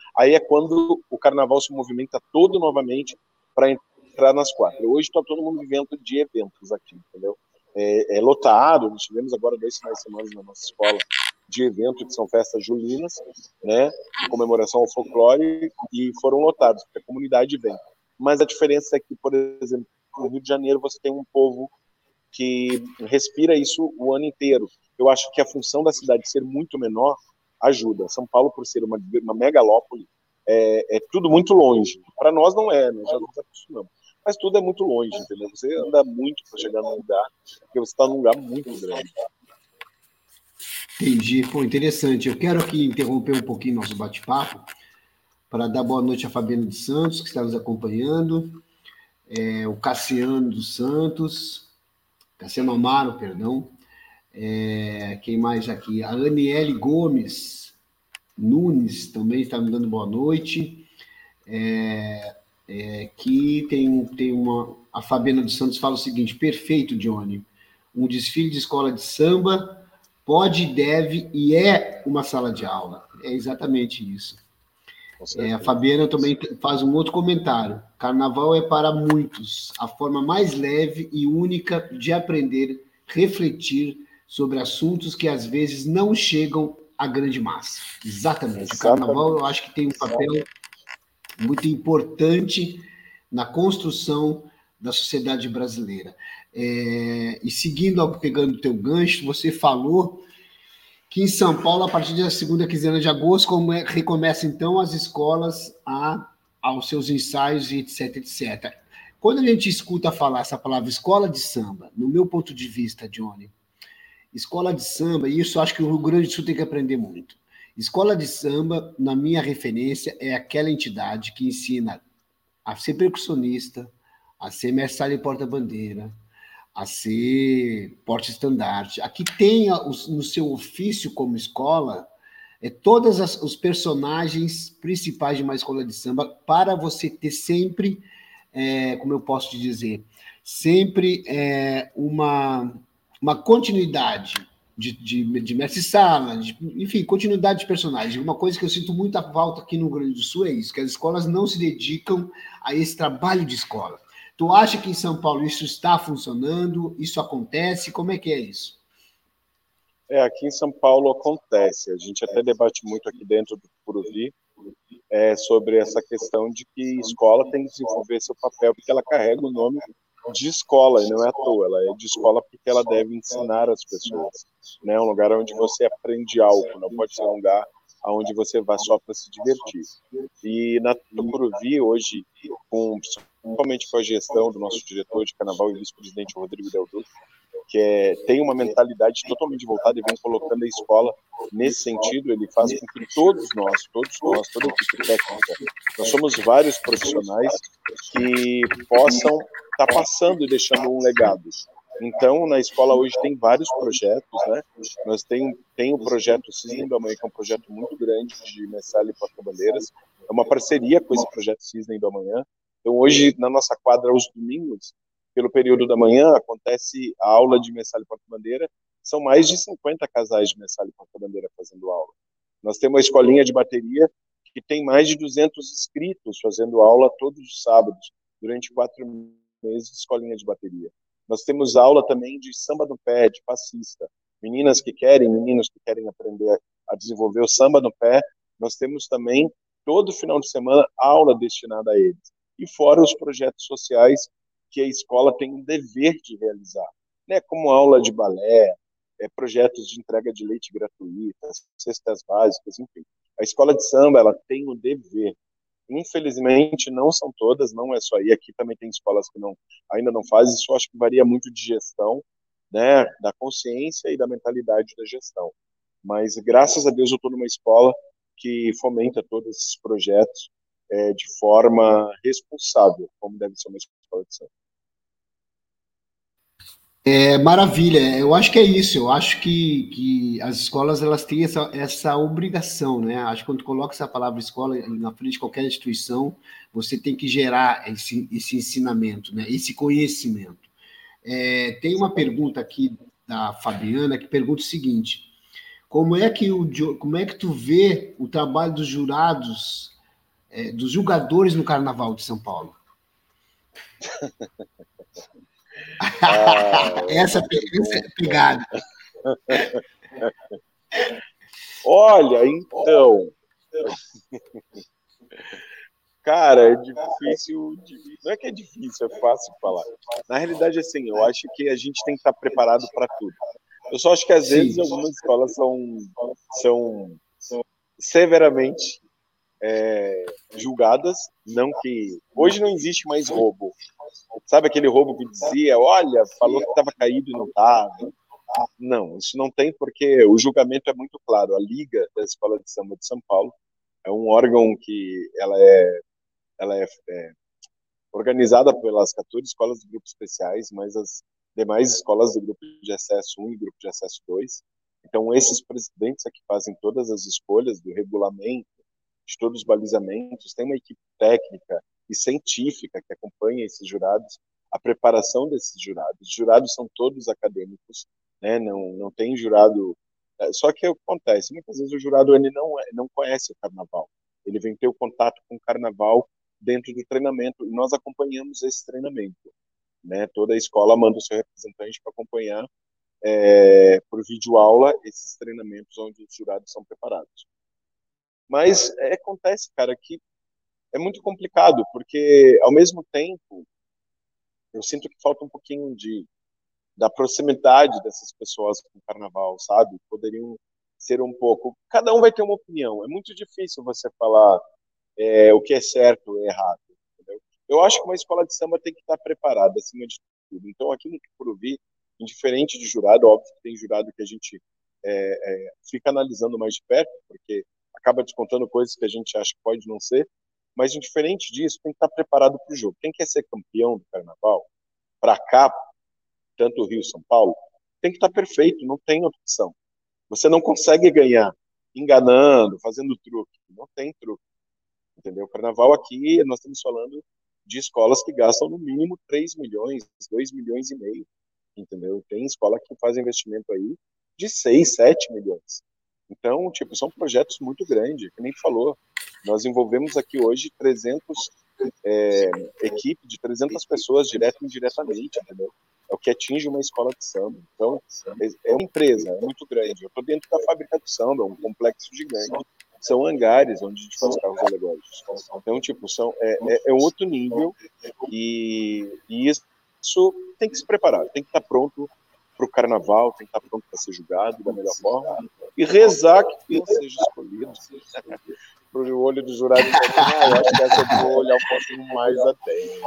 Aí é quando o carnaval se movimenta todo novamente para entrar nas quadras. Hoje está todo mundo vivendo de eventos aqui, entendeu? É lotado, nós tivemos agora 2 finais de semana na nossa escola de evento, que são festas julinas, né, em comemoração ao folclore, e foram lotados, porque a comunidade vem. Mas a diferença é que, por exemplo, no Rio de Janeiro você tem um povo que respira isso o ano inteiro. Eu acho que a função da cidade ser muito menor ajuda. São Paulo, por ser uma megalópole, é tudo muito longe. Para nós não é, nós já nos acostumamos. Mas tudo é muito longe, entendeu? Você anda muito para chegar num lugar, porque você está num lugar muito grande. Entendi. Pô, interessante. Eu quero aqui interromper um pouquinho nosso bate-papo para dar boa noite a Fabiana dos Santos, que está nos acompanhando, o Cassiano dos Santos, Cassiano Amaro, perdão, quem mais aqui? A Aniele Gomes Nunes também está me dando boa noite. Que tem uma. A Fabiana dos Santos fala o seguinte: perfeito, Johnny. Um desfile de escola de samba pode, deve e é uma sala de aula. É exatamente isso. A Fabiana também faz um outro comentário. Carnaval é para muitos a forma mais leve e única de aprender, refletir sobre assuntos que às vezes não chegam à grande massa. Exatamente. O Carnaval, eu acho que tem um papel muito importante na construção da sociedade brasileira. E seguindo, pegando o teu gancho, você falou que em São Paulo, a partir da segunda quinzena de agosto, recomeça então as escolas aos seus ensaios, etc, etc. Quando a gente escuta falar essa palavra escola de samba, no meu ponto de vista, Johnny, escola de samba, e isso acho que o Rio Grande do Sul tem que aprender muito. Escola de samba, na minha referência, é aquela entidade que ensina a ser percussionista, a ser mestre e porta-bandeira, a ser porta-estandarte. Aqui tem no seu ofício como escola todos os personagens principais de uma escola de samba para você ter sempre, como eu posso te dizer, sempre uma continuidade de mestre-sala, enfim, continuidade de personagem. Uma coisa que eu sinto muita falta aqui no Rio Grande do Sul é isso, que as escolas não se dedicam a esse trabalho de escola. Tu acha que em São Paulo isso está funcionando? Isso acontece? Como é que é isso? Aqui em São Paulo acontece. A gente até debate muito aqui dentro do Puruvi sobre essa questão de que escola tem que desenvolver seu papel, porque ela carrega o nome de escola, e não é à toa. Ela é de escola porque ela deve ensinar as pessoas. Né? Um lugar onde você aprende algo, não pode ser um lugar onde você vai só para se divertir. E na Tucuruvi, hoje, principalmente com a gestão do nosso diretor de carnaval e vice-presidente Rodrigo Del Duque, que tem uma mentalidade totalmente voltada e vem colocando a escola nesse sentido, ele faz com que todos nós, toda a equipe técnica, nós somos vários profissionais que possam estar passando e deixando um legado. Então, na escola hoje tem vários projetos, né? Nós tem o projeto Cisne do Amanhã, que é um projeto muito grande de mestre e porta-bandeiras. É uma parceria com esse projeto Cisne do Amanhã. Então, hoje, na nossa quadra, aos domingos, pelo período da manhã, acontece a aula de mestre e porta-bandeira. São mais de 50 casais de mestre e porta-bandeira fazendo aula. Nós temos uma escolinha de bateria que tem mais de 200 inscritos fazendo aula todos os sábados, durante 4 meses, escolinha de bateria. Nós temos aula também de samba no pé, de passista. Meninos que querem aprender a desenvolver o samba no pé. Nós temos também, todo final de semana, aula destinada a eles. E fora os projetos sociais que a escola tem um dever de realizar, né? Como aula de balé, projetos de entrega de leite gratuita, cestas básicas, enfim. A escola de samba, ela tem o dever. Infelizmente, não são todas, não é só aí. Aqui também tem escolas que ainda não fazem. Isso eu acho que varia muito de gestão, né, da consciência e da mentalidade da gestão. Mas, graças a Deus, eu estou numa escola que fomenta todos esses projetos de forma responsável, como deve ser uma escola de samba. Maravilha, eu acho que é isso, eu acho que as escolas elas têm essa obrigação, né? Acho que quando tu coloca essa palavra escola na frente de qualquer instituição, você tem que gerar esse ensinamento, né? Esse conhecimento. Tem uma pergunta aqui da Fabiana que pergunta o seguinte: como é que tu vê o trabalho dos jurados dos jogadores no Carnaval de São Paulo? Essa é pegada. Olha, então... Cara, é difícil. Não é que é difícil, é fácil falar. Na realidade, assim, eu acho que a gente tem que estar preparado para tudo. Eu só acho que às vezes algumas escolas são severamente julgadas. Não que hoje não existe mais roubo. Sabe aquele roubo que dizia, olha, falou que estava caído e não estava. Não, isso não tem, porque o julgamento é muito claro. A Liga da Escola de Samba de São Paulo é um órgão que ela é organizada pelas 14 escolas do grupo especiais, mas as demais escolas do grupo de acesso 1 e grupo de acesso 2. Então, esses presidentes aqui fazem todas as escolhas do regulamento, de todos os balizamentos, tem uma equipe técnica e científica que acompanha esses jurados, a preparação desses jurados. Os jurados são todos acadêmicos, né? Não tem jurado... Só que acontece, muitas vezes o jurado ele não conhece o carnaval. Ele vem ter o contato com o carnaval dentro do treinamento, e nós acompanhamos esse treinamento, né? Toda a escola manda o seu representante para acompanhar por videoaula esses treinamentos onde os jurados são preparados. Mas acontece, cara, que é muito complicado, porque ao mesmo tempo eu sinto que falta um pouquinho da proximidade dessas pessoas com o carnaval, sabe? Poderiam ser um pouco... Cada um vai ter uma opinião, é muito difícil você falar o que é certo ou errado. Entendeu? Eu acho que uma escola de samba tem que estar preparada acima de tudo. Então, aqui no Tucuruvi, indiferente de jurado, óbvio que tem jurado que a gente fica analisando mais de perto, porque acaba descontando coisas que a gente acha que pode não ser, mas indiferente disso, tem que estar preparado para o jogo. Quem quer ser campeão do carnaval, para cá, tanto o Rio e São Paulo, tem que estar perfeito, não tem opção. Você não consegue ganhar enganando, fazendo truque. Não tem truque. Entendeu? O carnaval aqui, nós estamos falando de escolas que gastam no mínimo 3 milhões, 2 milhões e meio, entendeu? Tem escola que faz investimento aí de 6, 7 milhões. Então, tipo, são projetos muito grandes, que nem falou. Nós envolvemos aqui hoje 300 equipe de 300 pessoas, direto e indiretamente, entendeu? É o que atinge uma escola de samba. Então, é uma empresa, é muito grande. Eu estou dentro da fábrica do samba, é um complexo gigante. São hangares onde a gente faz carros alegóricos. Então, tipo, é outro nível e isso tem que se preparar, tem que estar pronto para o carnaval, tem que estar pronto para ser julgado da melhor forma e rezar que não seja escolhido. Para o olho do jurado, eu acho que essa eu vou olhar um pouquinho mais até.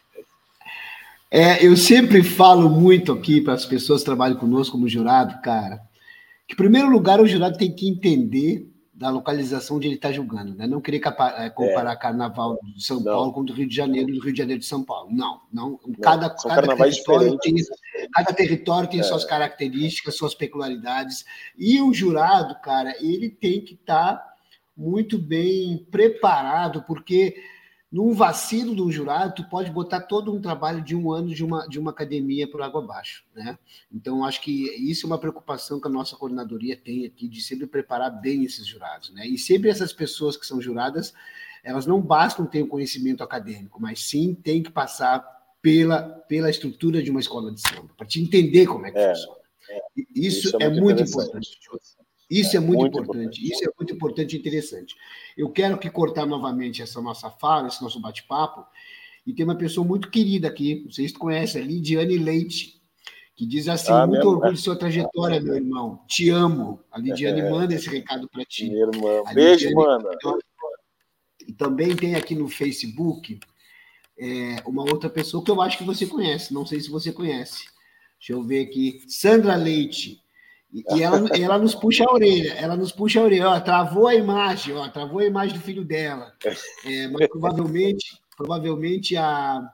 Eu sempre falo muito aqui para as pessoas que trabalham conosco como jurado, cara, que, em primeiro lugar, o jurado tem que entender da localização onde ele está julgando, né? Não querer comparar carnaval de São Paulo com o do Rio de Janeiro e do Rio de Janeiro de São Paulo. Não. Cada território tem suas características, suas peculiaridades, e o jurado, cara, ele tem que estar muito bem preparado, porque num vacilo do jurado, tu pode botar todo um trabalho de um ano de uma academia por água abaixo, né? Então, acho que isso é uma preocupação que a nossa coordenadoria tem aqui, de sempre preparar bem esses jurados, né? E sempre essas pessoas que são juradas, elas não bastam ter um conhecimento acadêmico, mas sim tem que passar pela estrutura de uma escola de samba, para te entender como é que funciona. Isso é muito importante. Isso é muito importante. Isso é muito importante e interessante. Eu quero cortar novamente essa nossa fala, esse nosso bate-papo, e tem uma pessoa muito querida aqui, vocês conhecem, a Lidiane Leite, que diz assim, muito orgulho de sua trajetória, meu irmão, te amo. A Lidiane manda esse recado para ti. Minha irmã. Beijo, mana. E também tem aqui no Facebook uma outra pessoa que eu acho que você conhece, não sei se você conhece. Deixa eu ver aqui. Sandra Leite. E ela nos puxa a orelha, ó, travou a imagem do filho dela. Mas provavelmente a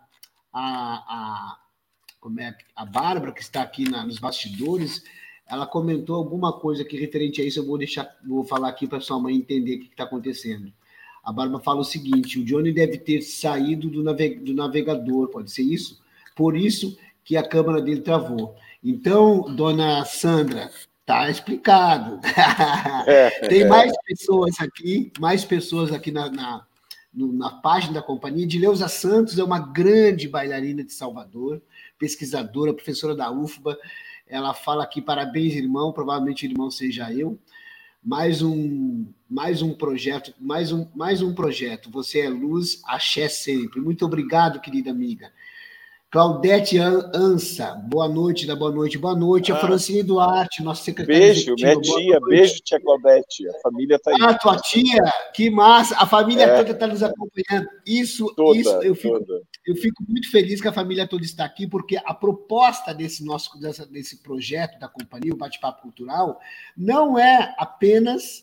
Bárbara, que está aqui nos bastidores, ela comentou alguma coisa que referente a isso, vou falar aqui para sua mãe entender o que está acontecendo. A Bárbara fala o seguinte: o Johnny deve ter saído do navegador, pode ser isso? Por isso que a câmera dele travou. Então, dona Sandra, tá explicado. Tem mais pessoas aqui na página da companhia. Edileuza Santos é uma grande bailarina de Salvador, pesquisadora, professora da UFBA. Ela fala aqui, parabéns, irmão, provavelmente o irmão seja eu. Mais um projeto, mais um projeto. Você é luz, axé sempre. Muito obrigado, querida amiga. Claudete Ansa, boa noite, boa noite. A Francine Duarte, nossa secretária executiva. Beijo, minha tia, beijo, tia Claudete. A família está aí. Tua tia, que massa. A família toda está nos acompanhando. Toda. Eu fico muito feliz que a família toda está aqui, porque a proposta desse projeto da companhia, o Bate-Papo Cultural, não é apenas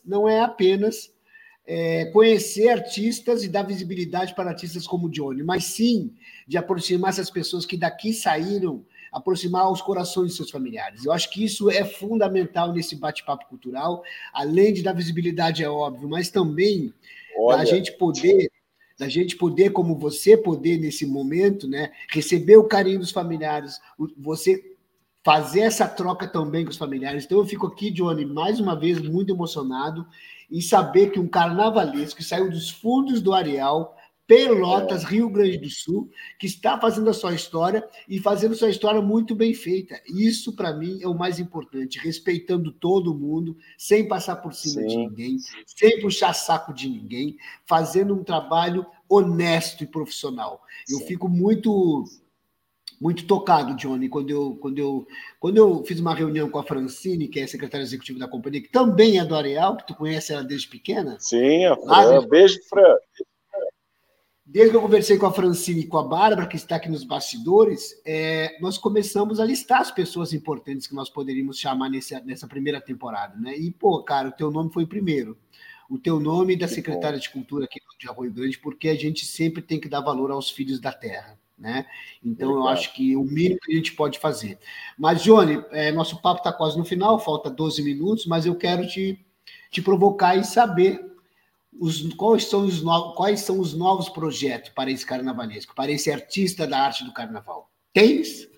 conhecer artistas e dar visibilidade para artistas como o Johnny, mas sim de aproximar essas pessoas que daqui saíram, aproximar os corações de seus familiares. Eu acho que isso é fundamental nesse bate-papo cultural, além de dar visibilidade, é óbvio, mas também da gente poder, como você poder nesse momento, né, receber o carinho dos familiares, você fazer essa troca também com os familiares. Então eu fico aqui, Johnny, mais uma vez muito emocionado em saber que um carnavalesco que saiu dos fundos do Areal, Pelotas, Rio Grande do Sul, que está fazendo a sua história e fazendo sua história muito bem feita. Isso, para mim, é o mais importante, respeitando todo mundo, sem passar por cima de ninguém, sem puxar saco de ninguém, fazendo um trabalho honesto e profissional. Eu fico muito tocado, Johnny, quando eu fiz uma reunião com a Francine, que é a secretária executiva da companhia, que também é do Areal, que tu conhece ela desde pequena. Sim, a Fran. Beijo, Fran. Desde que eu conversei com a Francine e com a Bárbara, que está aqui nos bastidores, nós começamos a listar as pessoas importantes que nós poderíamos chamar nessa primeira temporada, né? E, cara, o teu nome foi o primeiro. O teu nome da secretária de Cultura aqui de Arroio Grande, porque a gente sempre tem que dar valor aos filhos da terra, né? Então, eu acho que o mínimo que a gente pode fazer. Mas, Johnny, nosso papo está quase no final, falta 12 minutos, mas eu quero te provocar e saber quais são os novos projetos para esse carnavalesco, para esse artista da arte do carnaval. Tens?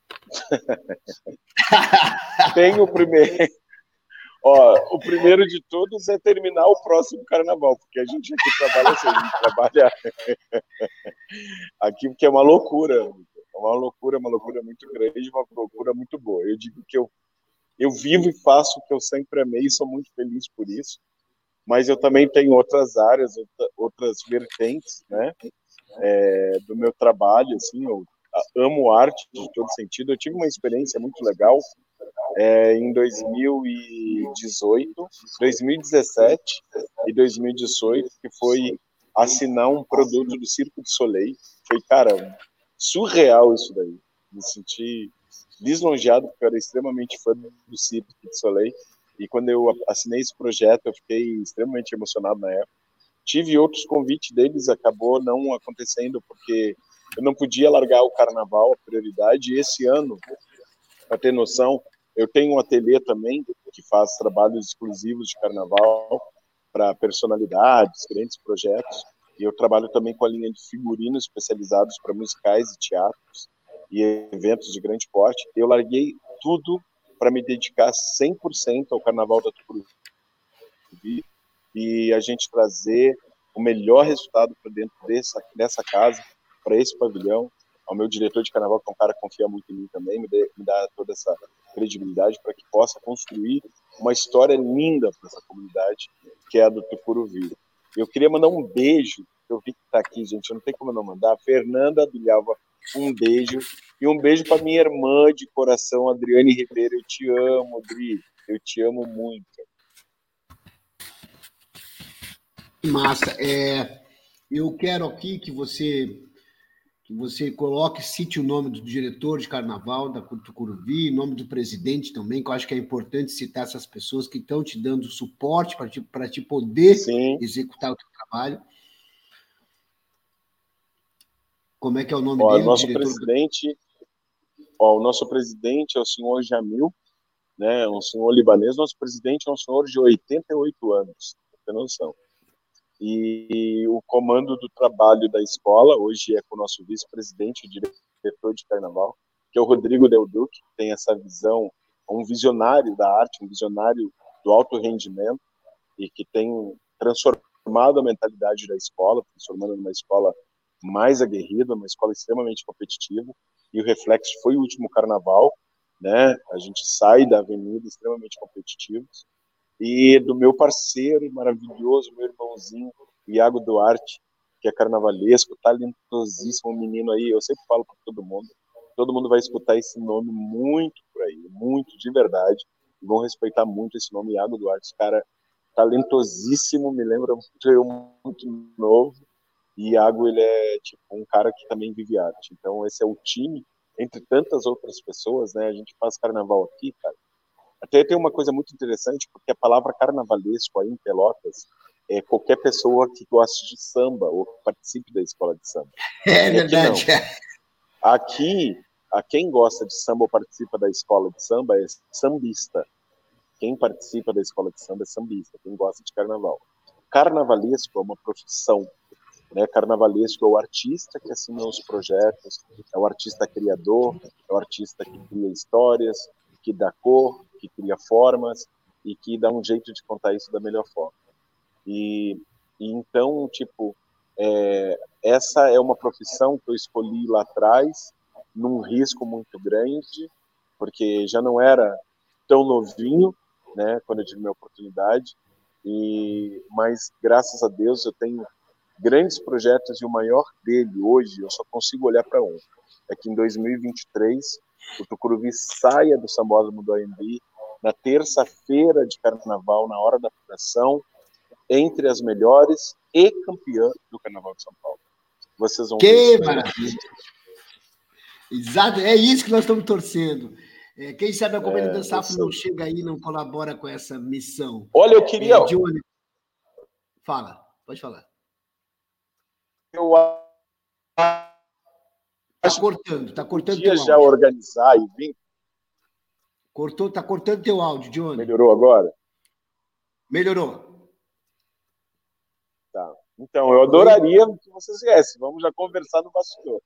Tem o primeiro. O primeiro de todos é terminar o próximo carnaval, porque a gente aqui trabalha assim, a gente trabalha aqui, porque é uma loucura muito grande, uma loucura muito boa. Eu digo que eu vivo e faço o que eu sempre amei e sou muito feliz por isso, mas eu também tenho outras áreas, outras vertentes, né, do meu trabalho, assim, eu amo arte de todo sentido. Eu tive uma experiência muito legal em 2018, 2017 e 2018, que foi assinar um produto do Cirque du Soleil. Foi, cara, surreal isso daí. Me senti lisonjeado, porque eu era extremamente fã do Cirque du Soleil. E quando eu assinei esse projeto, eu fiquei extremamente emocionado na época. Tive outros convites deles, acabou não acontecendo, porque eu não podia largar o carnaval, a prioridade. E esse ano, para ter noção, eu tenho um ateliê também que faz trabalhos exclusivos de carnaval para personalidades, grandes projetos. E eu trabalho também com a linha de figurinos especializados para musicais e teatros e eventos de grande porte. Eu larguei tudo para me dedicar 100% ao Carnaval da Tucuruvi e a gente trazer o melhor resultado para dentro dessa casa, para esse pavilhão. Ao meu diretor de carnaval, que é um cara que confia muito em mim também, me dá toda essa credibilidade para que possa construir uma história linda para essa comunidade, que é a do Tucuruvi. Eu queria mandar um beijo, eu vi que está aqui, gente, não tem como não mandar, Fernanda Bilhava, um beijo, e um beijo para minha irmã de coração, Adriane Ribeiro. Eu te amo, Adri, eu te amo muito. Massa. Eu quero aqui que você coloque, cite o nome do diretor de carnaval da Tucuruvi, nome do presidente também, que eu acho que é importante citar essas pessoas que estão te dando suporte para te poder executar o teu trabalho. Como é que é o nome dele? O nosso presidente é o senhor Jamil, né, um senhor libanês. Nosso presidente é um senhor de 88 anos, pra ter noção. E o comando do trabalho da escola hoje é com o nosso vice-presidente, o diretor de carnaval, que é o Rodrigo Del Duque, que tem essa visão, um visionário da arte, um visionário do alto rendimento, e que tem transformado transformado a mentalidade da escola, transformando numa escola mais aguerrida, uma escola extremamente competitiva, e o reflexo foi o último carnaval, né? A gente sai da avenida extremamente competitivos, e do meu parceiro maravilhoso, meu irmãozinho, Iago Duarte, que é carnavalesco, talentosíssimo menino aí, eu sempre falo para todo mundo vai escutar esse nome muito por aí, muito de verdade, e vão respeitar muito esse nome, Iago Duarte, esse cara talentosíssimo, me lembra eu muito novo, e Iago, ele é tipo um cara que também vive arte, então esse é o time, entre tantas outras pessoas, né, a gente faz carnaval aqui, cara. Até tem uma coisa muito interessante, porque a palavra carnavalesco aí em Pelotas é qualquer pessoa que goste de samba ou que participe da escola de samba. É E aqui não. verdade. Aqui, a quem gosta de samba ou participa da escola de samba é sambista. Quem participa da escola de samba é sambista, quem gosta de carnaval. Carnavalesco é uma profissão, né? Carnavalesco é o artista que assina os projetos, é o artista criador, é o artista que cria histórias, que dá cor, que cria formas e que dá um jeito de contar isso da melhor forma. E então, tipo, essa é uma profissão que eu escolhi lá atrás, num risco muito grande, porque já não era tão novinho, né, quando eu tive minha oportunidade, mas graças a Deus eu tenho grandes projetos e o maior dele hoje, eu só consigo olhar para um. É que em 2023 o Tucuruvi saia do Sambódromo do AMB na terça-feira de carnaval, na hora da apuração, entre as melhores e campeã do Carnaval de São Paulo. Vocês vão ver Que isso. maravilha! Exato, é isso que nós estamos torcendo. Quem sabe a Companhia Dança Afro não chega aí e não colabora com essa missão. Olha, eu queria... Johnny, fala, pode falar. Eu Está cortando teu podia áudio. já organizar e vir. Tá cortando teu áudio, Johnny. Melhorou agora? Melhorou. Tá. Então, eu adoraria que vocês viessem. Vamos já conversar no bastidor.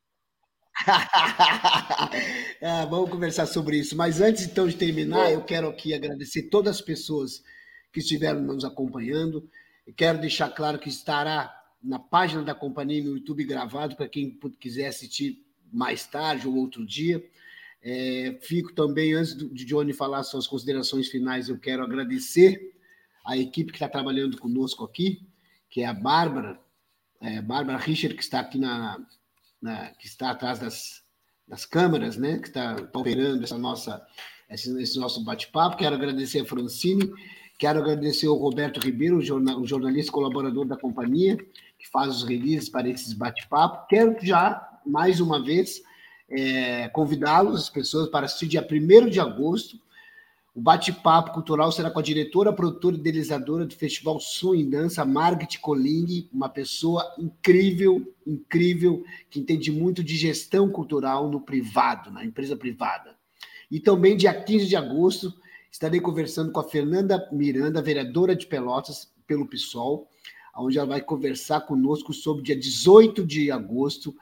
Vamos conversar sobre isso. Mas antes, então, de terminar, eu quero aqui agradecer todas as pessoas que estiveram nos acompanhando. Eu quero deixar claro que estará na página da companhia no YouTube gravado para quem quiser assistir mais tarde ou outro dia. Fico também, antes de Johnny falar suas considerações finais, eu quero agradecer a equipe que está trabalhando conosco aqui, que é a Bárbara Richer, que está aqui que está atrás das câmeras, né, que está operando esse nosso bate-papo. Quero agradecer a Francine, quero agradecer ao Roberto Ribeiro, o jornalista colaborador da companhia, que faz os releases para esses bate-papos. Quero já, mais uma vez, convidá-los, as pessoas, para assistir dia 1º de agosto. O bate-papo cultural será com a diretora, produtora e idealizadora do Festival Som em Dança, Margit Koling, uma pessoa incrível, que entende muito de gestão cultural no privado, na empresa privada. E também, dia 15 de agosto, estarei conversando com a Fernanda Miranda, vereadora de Pelotas, pelo PSOL, onde ela vai conversar conosco sobre dia 18 de agosto,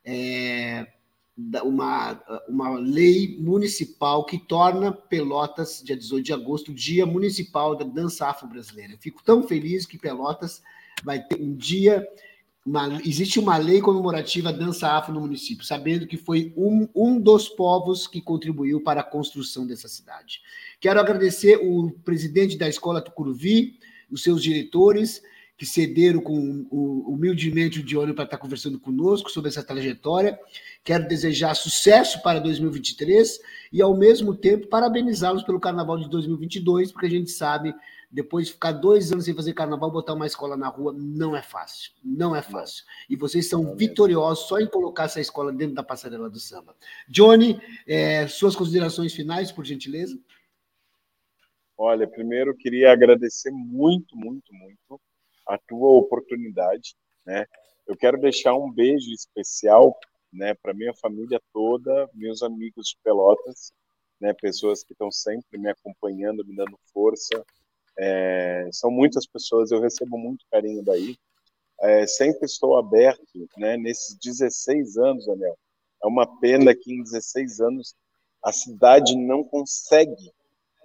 uma lei municipal que torna Pelotas, dia 18 de agosto, Dia Municipal da Dança Afro-Brasileira. Fico tão feliz que Pelotas vai ter um dia... existe uma lei comemorativa Dança Afro no município, sabendo que foi um dos povos que contribuiu para a construção dessa cidade. Quero agradecer o presidente da Escola Tucuruvi, os seus diretores, que cederam humildemente o Dione para estar conversando conosco sobre essa trajetória. Quero desejar sucesso para 2023 e, ao mesmo tempo, parabenizá-los pelo Carnaval de 2022, porque a gente sabe, depois de ficar 2 anos sem fazer Carnaval, botar uma escola na rua não é fácil. Não é fácil. E vocês são vitoriosos só em colocar essa escola dentro da passarela do samba. Johnny, suas considerações finais, por gentileza? Olha, primeiro eu queria agradecer muito a tua oportunidade, né? Eu quero deixar um beijo especial, né, para minha família toda, meus amigos de Pelotas, né, pessoas que estão sempre me acompanhando, me dando força. São muitas pessoas, eu recebo muito carinho daí. Sempre estou aberto, né, nesses 16 anos, Daniel. É uma pena que em 16 anos a cidade não consegue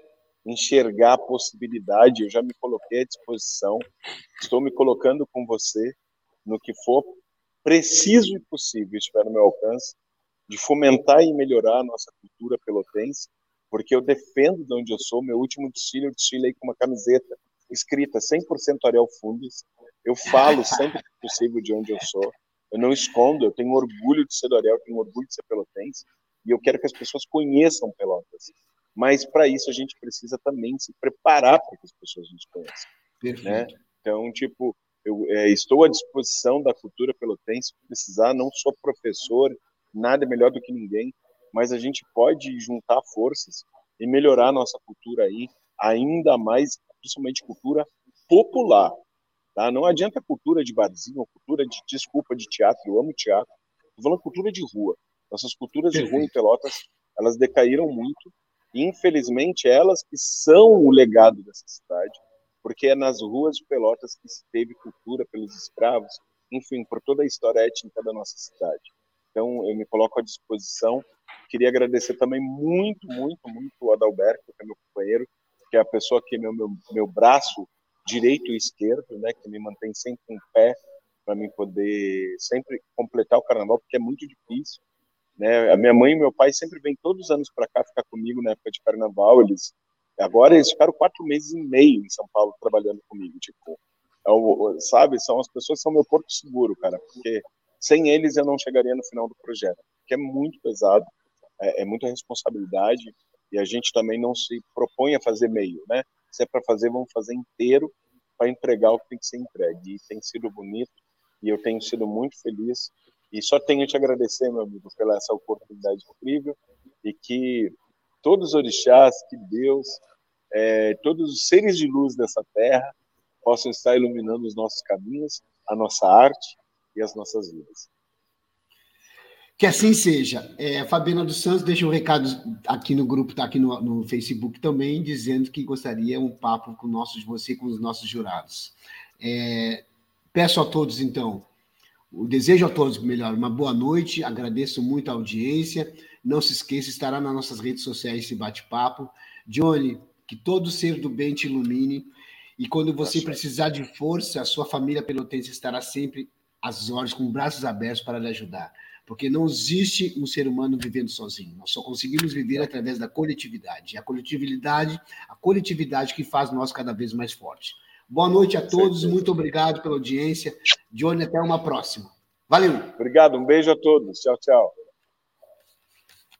enxergar a possibilidade. Eu já me coloquei à disposição, estou me colocando com você no que for preciso e possível, estiver no meu alcance, de fomentar e melhorar a nossa cultura pelotense, porque eu defendo de onde eu sou. Meu último desfile, eu desfilei com uma camiseta escrita 100% Ariel Fundes. Eu falo sempre que possível de onde eu sou. Eu não escondo, eu tenho orgulho de ser do Ariel, tenho orgulho de ser pelotense, e eu quero que as pessoas conheçam Pelotas. Mas, para isso, a gente precisa também se preparar para que as pessoas nos conheçam. Né? Então, tipo, eu estou à disposição da cultura pelotense, se precisar, não sou professor, nada melhor do que ninguém, mas a gente pode juntar forças e melhorar a nossa cultura aí, ainda mais, principalmente cultura popular. Tá? Não adianta cultura de barzinho, cultura de, desculpa, de teatro, eu amo teatro, estou falando cultura de rua. Nossas culturas de rua em Pelotas, elas decaíram muito, e infelizmente elas que são o legado dessa cidade, porque é nas ruas de Pelotas que se teve cultura pelos escravos, enfim, por toda a história étnica da nossa cidade. Então, eu me coloco à disposição. Queria agradecer também muito, muito, muito o Adalberto, que é meu companheiro, que é a pessoa que é meu braço direito e esquerdo, né, que me mantém sempre em pé para mim poder sempre completar o carnaval, porque é muito difícil. Né? A minha mãe e meu pai sempre vêm todos os anos para cá ficar comigo na época de carnaval. Agora eles ficaram 4 meses e meio em São Paulo trabalhando comigo, tipo, sabe? São as pessoas que são meu porto seguro, cara, porque sem eles eu não chegaria no final do projeto, porque é muito pesado, é muita responsabilidade, e a gente também não se propõe a fazer meio, né? Se é para fazer, vamos fazer inteiro para entregar o que tem que ser entregue. E tem sido bonito, e eu tenho sido muito feliz. E só tenho a te agradecer, meu amigo, pela essa oportunidade incrível, e que todos os orixás, que Deus, todos os seres de luz dessa terra possam estar iluminando os nossos caminhos, a nossa arte e as nossas vidas. Que assim seja. Fabiana dos Santos deixa um recado aqui no grupo, está aqui no Facebook também, dizendo que gostaria um papo com você, com os nossos jurados. Peço a todos, então, desejo a todos, melhor, uma boa noite, agradeço muito a audiência, não se esqueça, estará nas nossas redes sociais esse bate-papo. Johnny, que todo ser do bem te ilumine, e quando você precisar de força, a sua família pelotense estará sempre às ordens, com braços abertos para lhe ajudar. Porque não existe um ser humano vivendo sozinho. Nós só conseguimos viver através da coletividade. E a coletividade que faz nós cada vez mais fortes. Boa noite a todos, muito obrigado pela audiência. Johnny, até uma próxima. Valeu! Obrigado, um beijo a todos. Tchau, tchau.